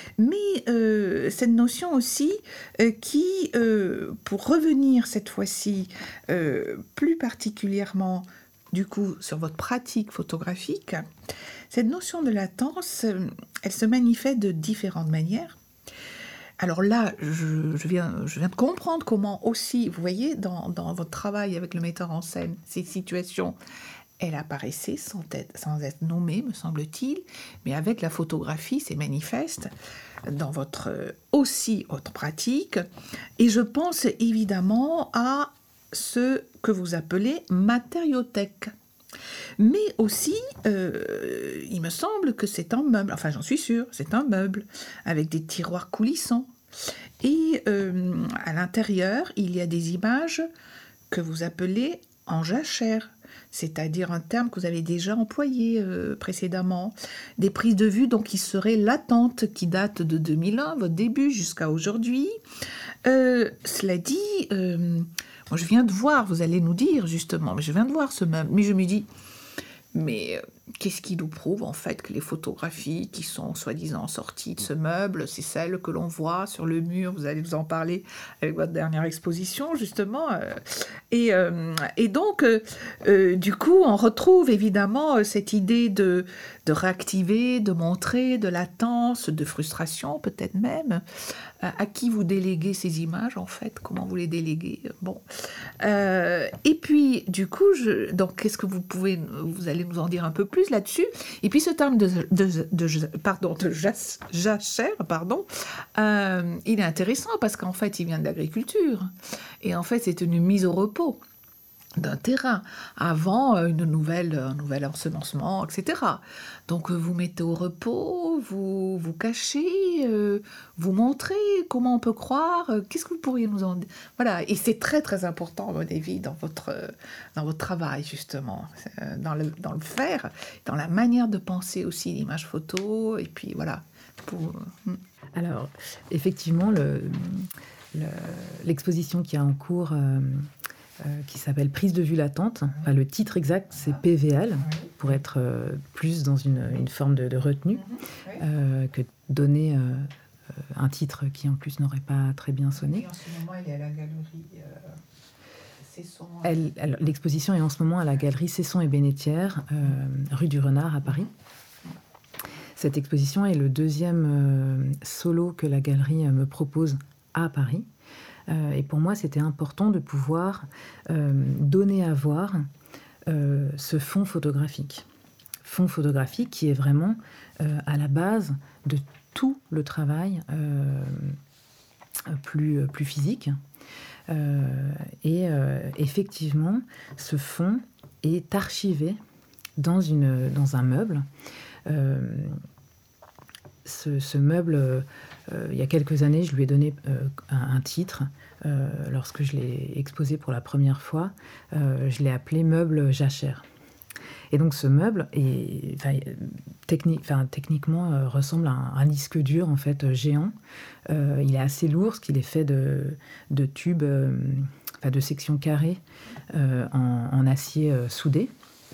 Mais cette notion aussi qui, pour revenir cette fois-ci plus particulièrement du coup sur votre pratique photographique, cette notion de latence, elle se manifeste de différentes manières. Alors là, je viens de comprendre comment aussi, vous voyez, dans votre travail avec le metteur en scène, ces situations, elles apparaissaient sans être nommées, me semble-t-il, mais avec la photographie, c'est manifeste dans votre aussi autre pratique. Et je pense évidemment à ce que vous appelez matériothèque. Mais aussi, il me semble que c'est un meuble, enfin j'en suis sûre, c'est un meuble avec des tiroirs coulissants. Et à l'intérieur, il y a des images que vous appelez en jachère, c'est-à-dire un terme que vous avez déjà employé précédemment. Des prises de vue donc qui seraient latentes, qui datent de 2001, votre début, jusqu'à aujourd'hui. Cela dit... moi, je viens de voir, vous allez nous dire justement, mais je viens de voir ce meuble, mais je me dis, mais qu'est-ce qui nous prouve en fait que les photographies qui sont soi-disant sorties de ce meuble, c'est celles que l'on voit sur le mur, vous allez nous en parler avec votre dernière exposition justement, et donc du coup on retrouve évidemment cette idée de réactiver, de montrer, de latence, de frustration peut-être même, à qui vous déléguez ces images en fait, comment vous les déléguez, bon. Et puis du coup, donc qu'est-ce que vous allez nous en dire un peu plus là-dessus. Et puis ce terme jachère, il est intéressant parce qu'en fait il vient de l'agriculture et en fait c'est une mise au repos d'un terrain avant un nouvel ensemencement, etc. Donc vous mettez au repos, vous cachez, vous montrez comment on peut croire, qu'est-ce que vous pourriez nous en dire? Voilà, et c'est très très important à mon avis dans votre travail justement, dans le faire, dans la manière de penser aussi l'image photo, et puis voilà.
Alors effectivement, l'exposition qui est en cours... qui s'appelle Prise de vue latente. Enfin, le titre exact, c'est PVL, pour être plus dans une forme de retenue, que donner un titre qui en plus n'aurait pas très bien sonné.
Et en ce moment, elle est à la galerie Cesson.
L'exposition est en ce moment à la galerie Cesson et Bénétière, rue du Renard à Paris. Cette exposition est le deuxième solo que la galerie me propose à Paris. Et pour moi, c'était important de pouvoir donner à voir ce fond photographique. Fond photographique qui est vraiment à la base de tout le travail plus physique. Et effectivement, ce fond est archivé dans un meuble. Ce meuble... il y a quelques années, je lui ai donné un titre. Lorsque je l'ai exposé pour la première fois, je l'ai appelé meuble jachère. Et donc ce meuble techniquement ressemble à un disque dur en fait géant. Il est assez lourd, parce qu'il est fait de tubes, de sections carrées en acier soudé.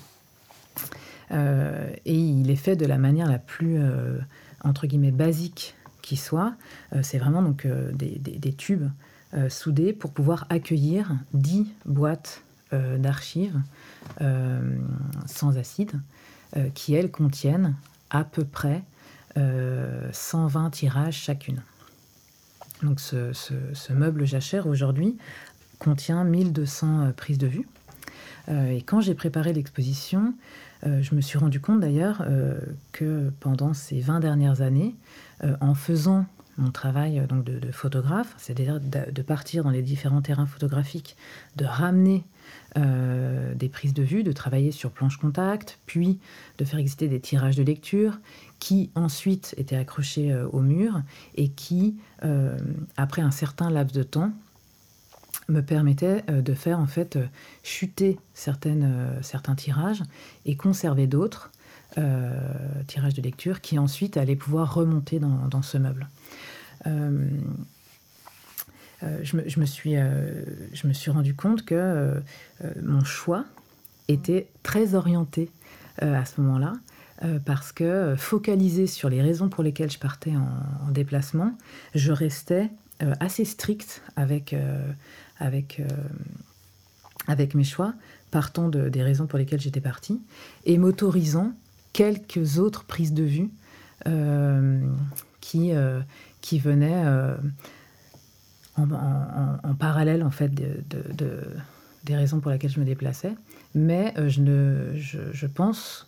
Et il est fait de la manière la plus entre guillemets basique qui soit. C'est vraiment donc des tubes soudés pour pouvoir accueillir 10 boîtes d'archives sans acide qui, elles, contiennent à peu près 120 tirages chacune. Donc ce meuble jachère, aujourd'hui, contient 1200 prises de vue. Et quand j'ai préparé l'exposition, je me suis rendu compte d'ailleurs que pendant ces 20 dernières années, en faisant mon travail donc de photographe, c'est-à-dire de partir dans les différents terrains photographiques, de ramener des prises de vue, de travailler sur planche contact, puis de faire exister des tirages de lecture qui ensuite étaient accrochés au mur et qui, après un certain laps de temps, me permettaient de faire en fait chuter certains tirages et conserver d'autres tirages de lecture qui ensuite allaient pouvoir remonter dans ce meuble. Je me suis rendu compte que mon choix était très orienté à ce moment-là, parce que focalisé sur les raisons pour lesquelles je partais en déplacement, je restais assez stricte avec mes choix, partant des raisons pour lesquelles j'étais partie, et m'autorisant quelques autres prises de vue qui venaient en parallèle en fait des raisons pour lesquelles je me déplaçais. Mais je pense,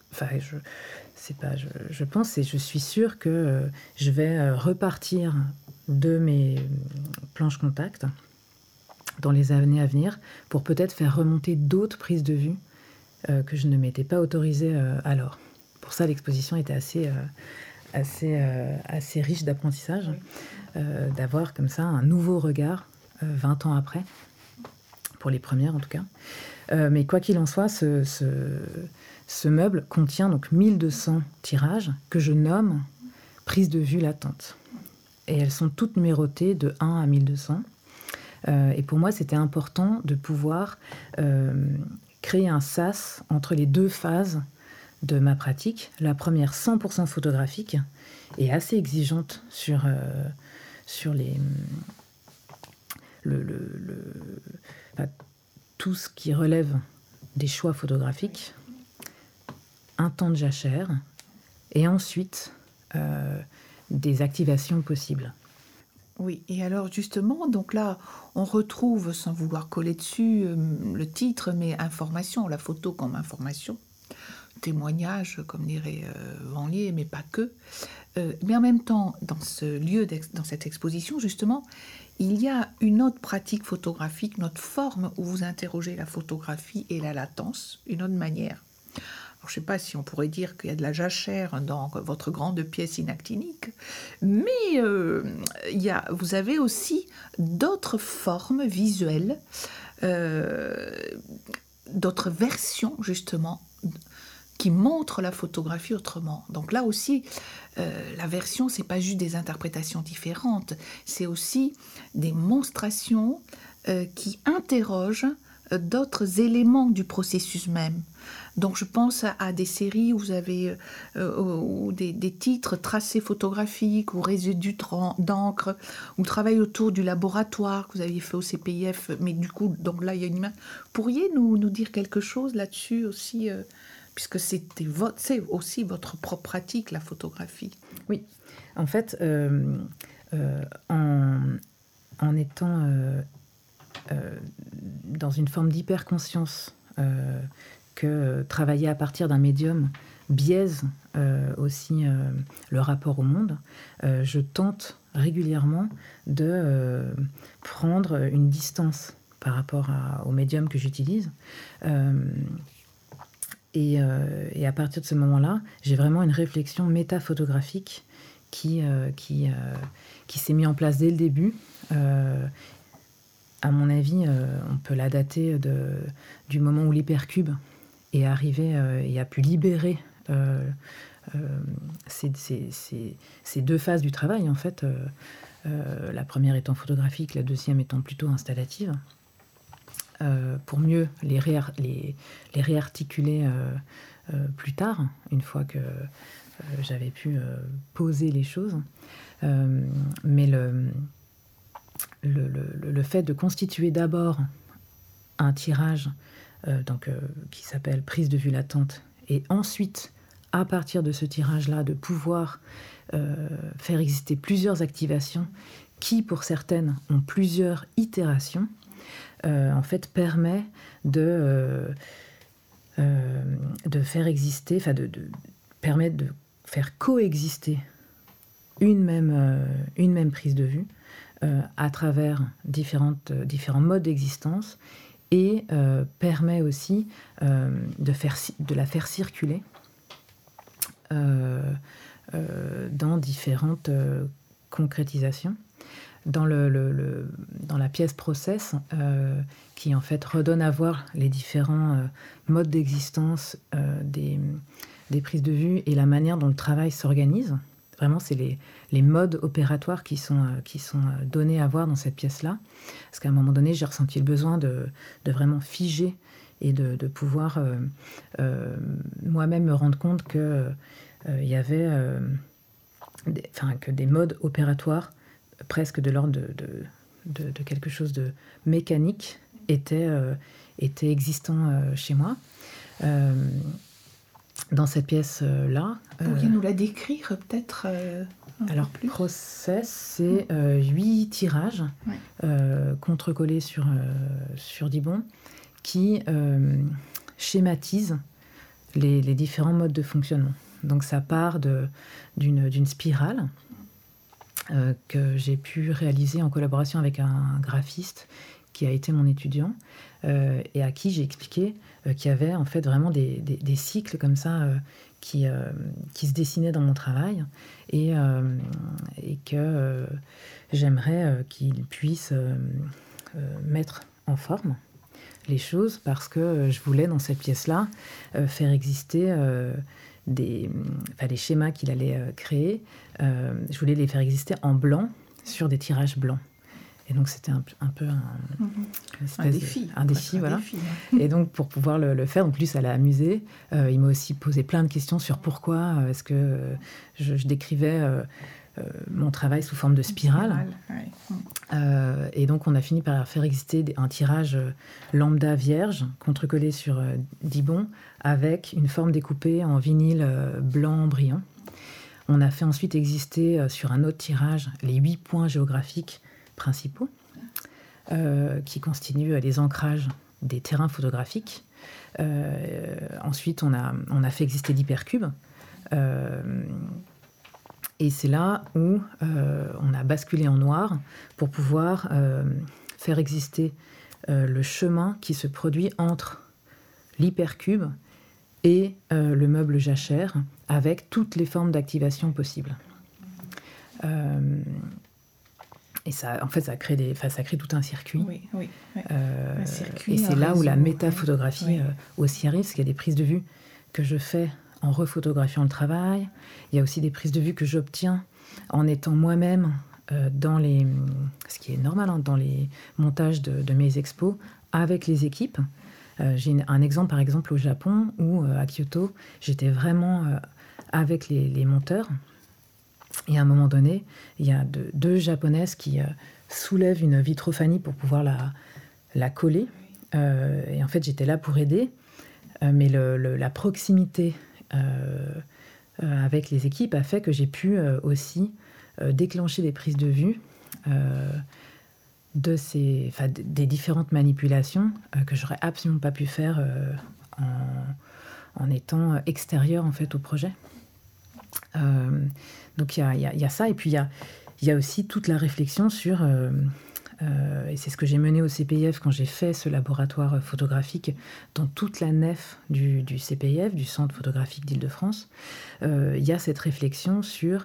et je suis sûre que je vais repartir de mes planches contact dans les années à venir pour peut-être faire remonter d'autres prises de vue que je ne m'étais pas autorisée alors. Pour ça, l'exposition était assez riche d'apprentissage, d'avoir comme ça un nouveau regard 20 ans après, pour les premières en tout cas. Mais quoi qu'il en soit, ce meuble contient donc 1200 tirages que je nomme prises de vue latentes. Et elles sont toutes numérotées de 1 à 1200. Et pour moi, c'était important de pouvoir créer un sas entre les deux phases de ma pratique. La première 100% photographique et assez exigeante sur tout ce qui relève des choix photographiques, un temps de jachère et ensuite des activations possibles.
Oui, et alors justement, donc là, on retrouve, sans vouloir coller dessus, le titre, mais information, la photo comme information, témoignage, comme dirait Vanlier, mais pas que. Mais en même temps, dans ce lieu, dans cette exposition, justement, il y a une autre pratique photographique, une autre forme où vous interrogez la photographie et la latence, une autre manière. Alors, je ne sais pas si on pourrait dire qu'il y a de la jachère dans votre grande pièce inactinique, mais vous avez aussi d'autres formes visuelles, d'autres versions justement, qui montrent la photographie autrement. Donc là aussi, la version, c'est pas juste des interprétations différentes, c'est aussi des monstrations qui interrogent d'autres éléments du processus même. Donc je pense à des séries où vous avez des titres tracés photographiques ou résidus d'encre, ou travail autour du laboratoire que vous aviez fait au CPIF, mais du coup, donc là il y a une image. Pourriez nous dire quelque chose là-dessus aussi, puisque c'est aussi votre propre pratique, la photographie.
Oui, en fait, en étant dans une forme d'hyperconscience, que travailler à partir d'un médium biaise aussi le rapport au monde, je tente régulièrement de prendre une distance par rapport au médium que j'utilise. Et à partir de ce moment-là, j'ai vraiment une réflexion métaphotographique qui s'est mise en place dès le début. À mon avis, on peut la dater du moment où l'hypercube est arrivé et a pu libérer ces deux phases du travail, en fait. La première étant photographique, la deuxième étant plutôt installative. Pour mieux les réarticuler plus tard, une fois que j'avais pu poser les choses. Mais le fait de constituer d'abord un tirage qui s'appelle prise de vue latente, et ensuite, à partir de ce tirage-là, de pouvoir faire exister plusieurs activations qui, pour certaines, ont plusieurs itérations, en fait, permet de faire exister, permet de faire coexister une même prise de vue à travers différents modes d'existence et permet aussi de la faire circuler dans différentes concrétisations. Dans la pièce Process, qui en fait redonne à voir les différents modes d'existence des prises de vue et la manière dont le travail s'organise. Vraiment, c'est les modes opératoires qui sont donnés à voir dans cette pièce-là. Parce qu'à un moment donné, j'ai ressenti le besoin de vraiment figer et de pouvoir moi-même me rendre compte qu'il y avait que des modes opératoires presque de l'ordre de quelque chose de mécanique était existant chez moi. Dans cette pièce-là...
Pourriez nous la décrire peut-être
alors,
plus.
Process, c'est 8 tirages contrecollés sur Dibond qui schématisent les différents modes de fonctionnement. Donc ça part d'une spirale que j'ai pu réaliser en collaboration avec un graphiste qui a été mon étudiant et à qui j'ai expliqué qu'il y avait en fait vraiment des cycles comme ça qui se dessinaient dans mon travail et que j'aimerais qu'ils puissent mettre en forme les choses parce que je voulais dans cette pièce-là faire exister les schémas qu'il allait créer. Je voulais les faire exister en blanc sur des tirages blancs. Et donc, c'était un peu
un défi.
Un défi, voilà. Et donc, pour pouvoir le faire, en plus, ça l'a amusé. Il m'a aussi posé plein de questions sur pourquoi est-ce que je décrivais mon travail sous forme de spirale. Et donc, on a fini par faire exister un tirage lambda vierge, contrecollé sur Dibond, avec une forme découpée en vinyle blanc brillant. On a fait ensuite exister sur un autre tirage les 8 points géographiques principaux qui constituent les ancrages des terrains photographiques. Ensuite, on a fait exister l'hypercube. Et c'est là où on a basculé en noir pour pouvoir faire exister le chemin qui se produit entre l'hypercube et le meuble jachère avec toutes les formes d'activation possibles. Et ça, en fait, ça crée tout un circuit.
Oui. Un circuit,
et c'est là où la métaphotographie aussi arrive, parce qu'il y a des prises de vue que je fais en refotographiant le travail. Il y a aussi des prises de vue que j'obtiens en étant moi-même ce qui est normal, dans les montages de mes expos avec les équipes. J'ai un exemple, par exemple, au Japon, où à Kyoto, j'étais vraiment avec les monteurs. Et à un moment donné, il y a deux japonaises qui soulèvent une vitrophanie pour pouvoir la coller. Et en fait, j'étais là pour aider. Mais la proximité avec les équipes a fait que j'ai pu aussi déclencher des prises de vue des différentes manipulations que j'aurais absolument pas pu faire en étant extérieure en fait au projet. Donc il y a ça, et puis il y a aussi toute la réflexion sur et c'est ce que j'ai mené au CPIF quand j'ai fait ce laboratoire photographique dans toute la nef du CPIF, du Centre photographique d'Île-de-France. Il y a cette réflexion sur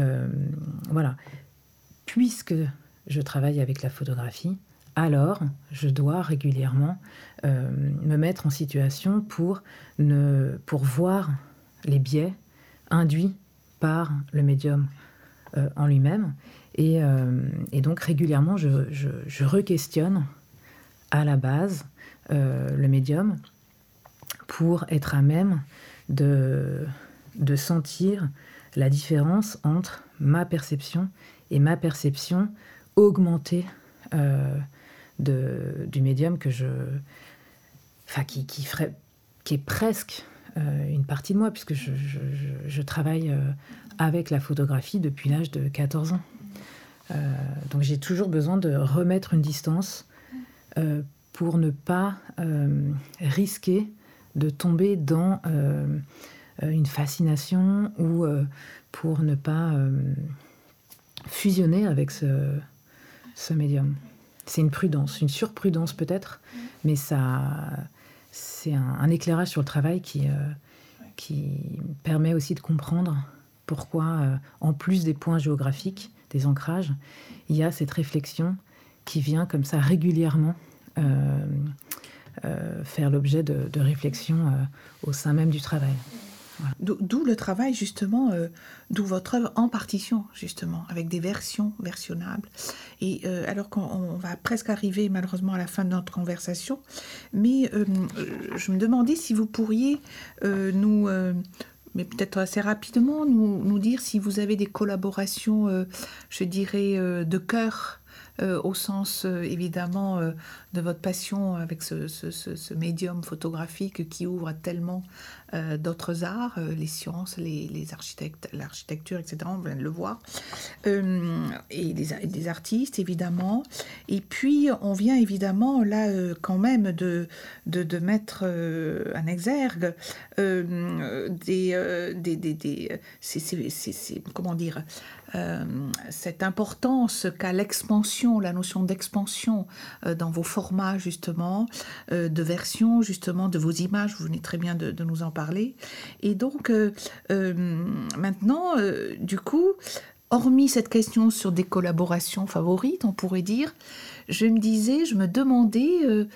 puisque je travaille avec la photographie, alors je dois régulièrement me mettre en situation pour voir les biais induits par le médium en lui-même. Et donc régulièrement, je re-questionne à la base le médium pour être à même de sentir la différence entre ma perception et ma perception augmentée du médium qui est presque une partie de moi, puisque je travaille avec la photographie depuis l'âge de 14 ans. Donc j'ai toujours besoin de remettre une distance pour ne pas risquer de tomber dans une fascination ou pour ne pas fusionner avec ce médium. C'est une prudence, une surprudence peut-être, mais c'est un éclairage sur le travail qui permet aussi de comprendre pourquoi, en plus des points géographiques, des ancrages, il y a cette réflexion qui vient comme ça régulièrement faire l'objet de réflexions au sein même du travail.
Voilà. D'où le travail, justement, d'où votre œuvre en partition, justement, avec des versionnables. Et alors qu'on va presque arriver, malheureusement, à la fin de notre conversation, mais je me demandais si vous pourriez nous... mais peut-être assez rapidement, nous dire si vous avez des collaborations, je dirais, de cœur, au sens, évidemment, de votre passion avec ce médium photographique qui ouvre à tellement d'autres arts, les sciences, les architectes, l'architecture, etc., on vient de le voir, et des artistes, évidemment. Et puis, on vient, évidemment, là, quand même, de mettre en exergue comment dire, cette importance qu'a l'expansion, la notion d'expansion dans vos formats, justement, de version, justement, de vos images, vous venez très bien de nous en parler. Et donc, maintenant, du coup, hormis cette question sur des collaborations favorites, on pourrait dire, je me demandais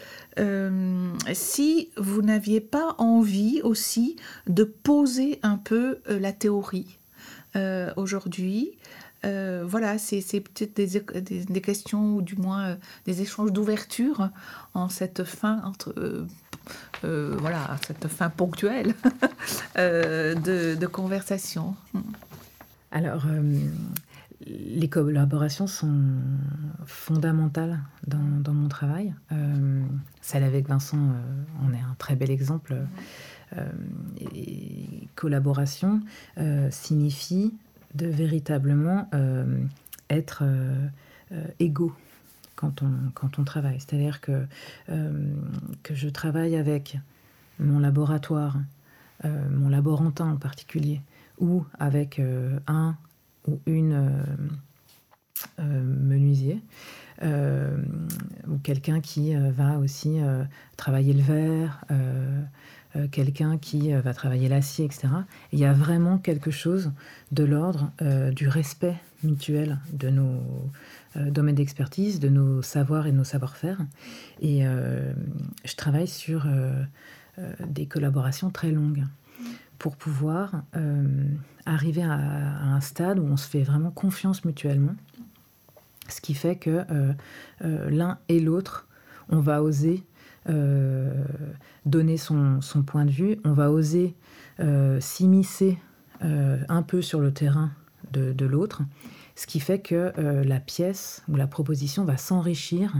si vous n'aviez pas envie aussi de poser un peu la théorie aujourd'hui. Voilà, c'est peut-être des questions, ou du moins des échanges d'ouverture en cette fin voilà, cette fin ponctuelle de conversation.
Alors, les collaborations sont fondamentales dans mon travail. Celle avec Vincent en est un très bel exemple. Et collaboration signifie de véritablement être égaux quand on travaille. C'est-à-dire que je travaille avec mon laboratoire, mon laborantin en particulier, ou avec un ou une menuisier, ou quelqu'un qui va aussi travailler le verre, quelqu'un qui va travailler l'acier, etc. Il y a vraiment quelque chose de l'ordre du respect mutuel de nos domaines d'expertise, de nos savoirs et de nos savoir-faire. Et je travaille sur des collaborations très longues pour pouvoir arriver à un stade où on se fait vraiment confiance mutuellement, ce qui fait que l'un et l'autre, on va oser donner son point de vue, on va oser s'immiscer un peu sur le terrain de l'autre, ce qui fait que la pièce ou la proposition va s'enrichir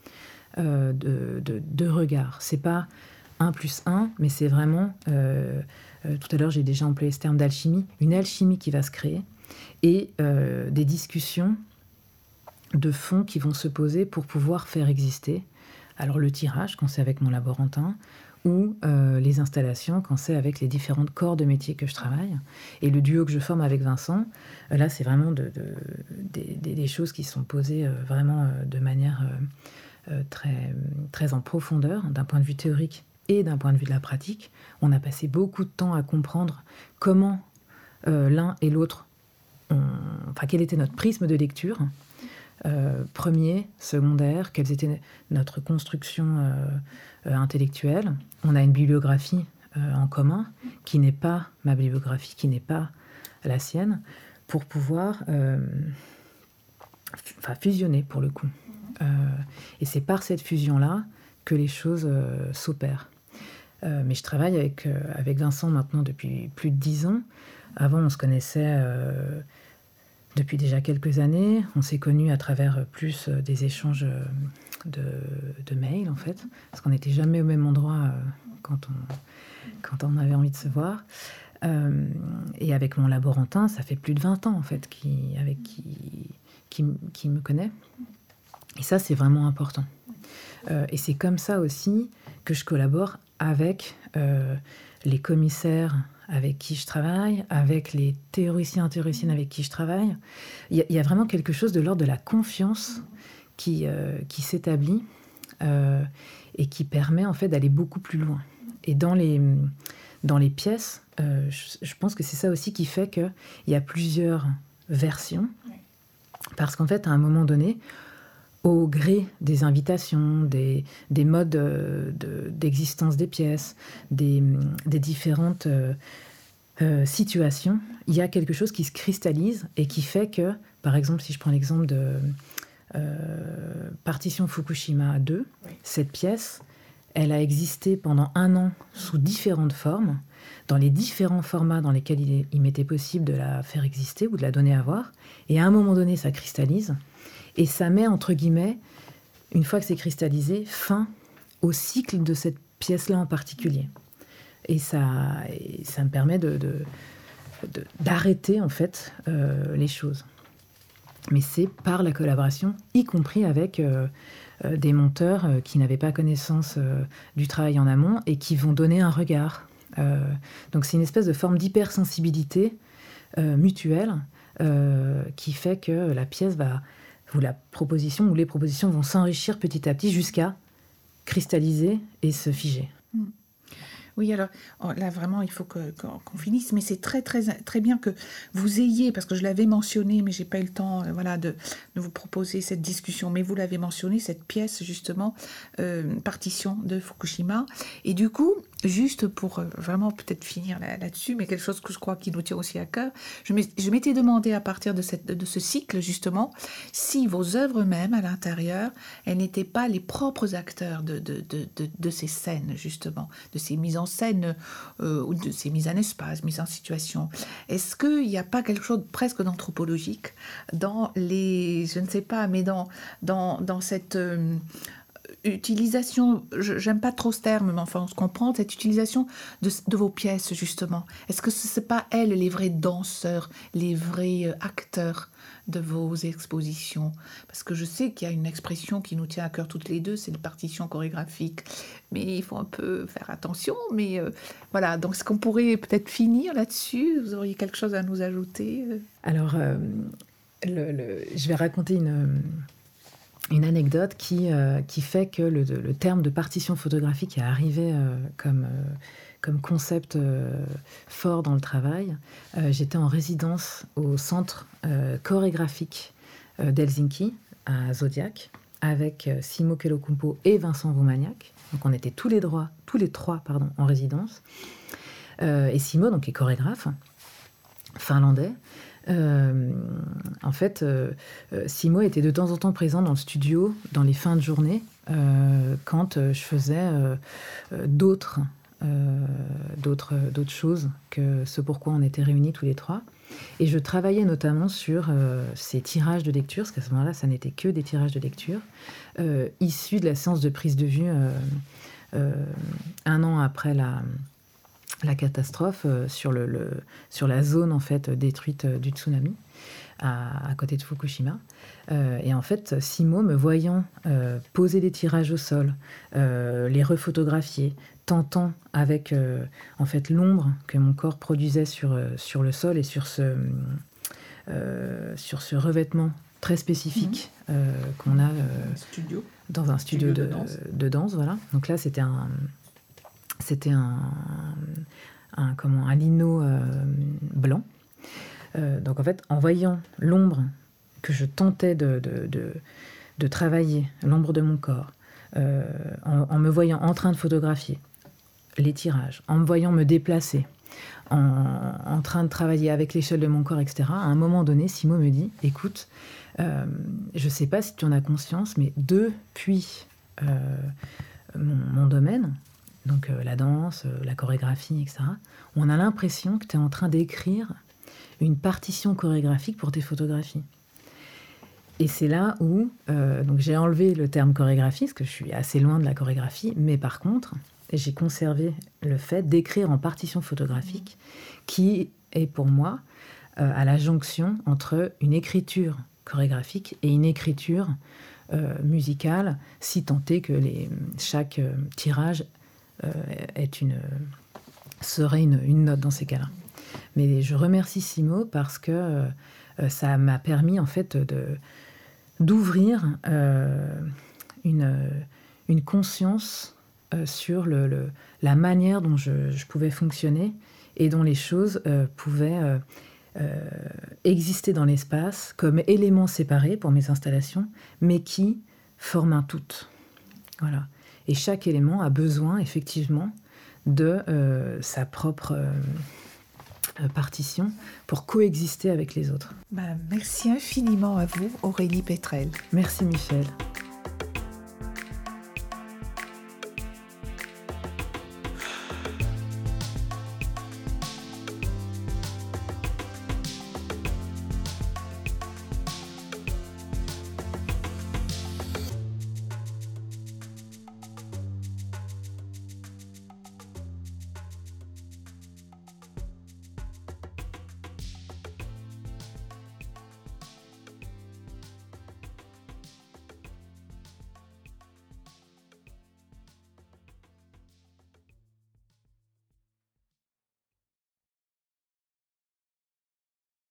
de regards. C'est pas 1+1, mais c'est vraiment... tout à l'heure, j'ai déjà employé ce terme d'alchimie, une alchimie qui va se créer et des discussions de fond qui vont se poser pour pouvoir faire exister. Alors le tirage, quand c'est avec mon laborantin, ou les installations, quand c'est avec les différentes corps de métier que je travaille. Et le duo que je forme avec Vincent, là, c'est vraiment des choses qui sont posées vraiment de manière très, très en profondeur, d'un point de vue théorique et d'un point de vue de la pratique. On a passé beaucoup de temps à comprendre comment l'un et l'autre, quel était notre prisme de lecture, premier, secondaire, quelles étaient notre construction intellectuelle. On a une bibliographie en commun qui n'est pas ma bibliographie, qui n'est pas la sienne, pour pouvoir fusionner pour le coup. Et c'est par cette fusion-là que les choses s'opèrent. Mais je travaille avec Vincent maintenant depuis plus de 10 ans. Avant, on se connaissait depuis déjà quelques années. On s'est connus à travers plus des échanges de mails, en fait, parce qu'on n'était jamais au même endroit quand on avait envie de se voir. Et avec mon laborantin, ça fait plus de 20 ans, en fait, qui me connaît. Et ça, c'est vraiment important. Et c'est comme ça aussi que je collabore avec les commissaires avec qui je travaille, avec les théoriciens et théoriciennes avec qui je travaille. Il y a vraiment quelque chose de l'ordre de la confiance qui s'établit et qui permet en fait d'aller beaucoup plus loin. Et dans les pièces, je pense que c'est ça aussi qui fait qu'il y a plusieurs versions. Parce qu'en fait, à un moment donné, au gré des invitations, des modes d'existence des pièces, des différentes situations, il y a quelque chose qui se cristallise et qui fait que, par exemple, si je prends l'exemple de Partition Fukushima 2, cette pièce, elle a existé pendant 1 an sous différentes formes, dans les différents formats dans lesquels il m'était possible de la faire exister ou de la donner à voir. Et à un moment donné, ça cristallise. Et ça met, entre guillemets, une fois que c'est cristallisé, fin au cycle de cette pièce-là en particulier. Et ça me permet d'arrêter, en fait, les choses. Mais c'est par la collaboration, y compris avec des monteurs qui n'avaient pas connaissance du travail en amont et qui vont donner un regard. Donc c'est une espèce de forme d'hypersensibilité mutuelle qui fait que la pièce ou la proposition ou les propositions vont s'enrichir petit à petit jusqu'à cristalliser et se figer.
Oui, alors là vraiment il faut qu'on finisse, mais c'est très très très bien que vous ayez, parce que je l'avais mentionné, mais j'ai pas eu le temps, de vous proposer cette discussion, mais vous l'avez mentionné, cette pièce justement, Partition de Fukushima, et du coup, juste pour vraiment peut-être finir là-dessus, mais quelque chose que je crois qui nous tient aussi à cœur, je m'étais demandé à partir de ce cycle justement, si vos œuvres même à l'intérieur, elles n'étaient pas les propres acteurs de ces scènes justement, de ces mises en scène ou de ces mises en espace, mises en situation. Est-ce qu'il n'y a pas quelque chose presque d'anthropologique dans les, je ne sais pas, mais dans cette utilisation, j'aime pas trop ce terme, mais enfin on se comprend, cette utilisation de vos pièces justement. Est-ce que ce n'est pas elles les vrais danseurs, les vrais acteurs de vos expositions? Parce que je sais qu'il y a une expression qui nous tient à cœur toutes les deux, c'est le partition chorégraphique. Mais il faut un peu faire attention. Mais voilà, donc est-ce qu'on pourrait peut-être finir là-dessus? Vous auriez quelque chose à nous ajouter?
Alors, je vais raconter une anecdote qui fait que le terme de partition photographique est arrivé comme concept fort dans le travail. J'étais en résidence au centre chorégraphique d'Helsinki, à Zodiac, avec Simo Kelokumpo et Vincent Roumaniac. Donc on était tous les trois en résidence. Et Simo, donc, est chorégraphe finlandais. En fait, Simo était de temps en temps présent dans le studio dans les fins de journée quand je faisais d'autres choses que ce pourquoi on était réunis tous les trois. Et je travaillais notamment sur ces tirages de lecture, parce qu'à ce moment-là, ça n'était que des tirages de lecture, issus de la séance de prise de vue 1 an après la catastrophe sur la zone en fait détruite du tsunami à côté de Fukushima. Et en fait, Simo, me voyant poser des tirages au sol, les refotographier, tentant avec en fait l'ombre que mon corps produisait sur le sol et sur ce revêtement très spécifique qu'on a dans un studio de danse. Voilà. Donc là, c'était un lino blanc. Donc en fait, en voyant l'ombre que je tentais de travailler, l'ombre de mon corps, en me voyant en train de photographier les tirages, en me voyant me déplacer, en train de travailler avec l'échelle de mon corps, etc., à un moment donné, Simo me dit, écoute, je ne sais pas si tu en as conscience, mais depuis mon domaine, donc la danse, la chorégraphie, etc., on a l'impression que tu es en train d'écrire une partition chorégraphique pour tes photographies. Et c'est là où donc j'ai enlevé le terme chorégraphie, parce que je suis assez loin de la chorégraphie, mais par contre, j'ai conservé le fait d'écrire en partition photographique, qui est pour moi à la jonction entre une écriture chorégraphique et une écriture musicale, si tant est que chaque tirage est serait une note dans ces cas-là. Mais je remercie Simo parce que ça m'a permis en fait d'ouvrir une conscience sur la manière dont je pouvais fonctionner et dont les choses pouvaient exister dans l'espace comme éléments séparés pour mes installations, mais qui forment un tout. Voilà. Et chaque élément a besoin effectivement de sa propre partition pour coexister avec les autres.
Merci infiniment à vous, Aurélie Petrel.
Merci Michel.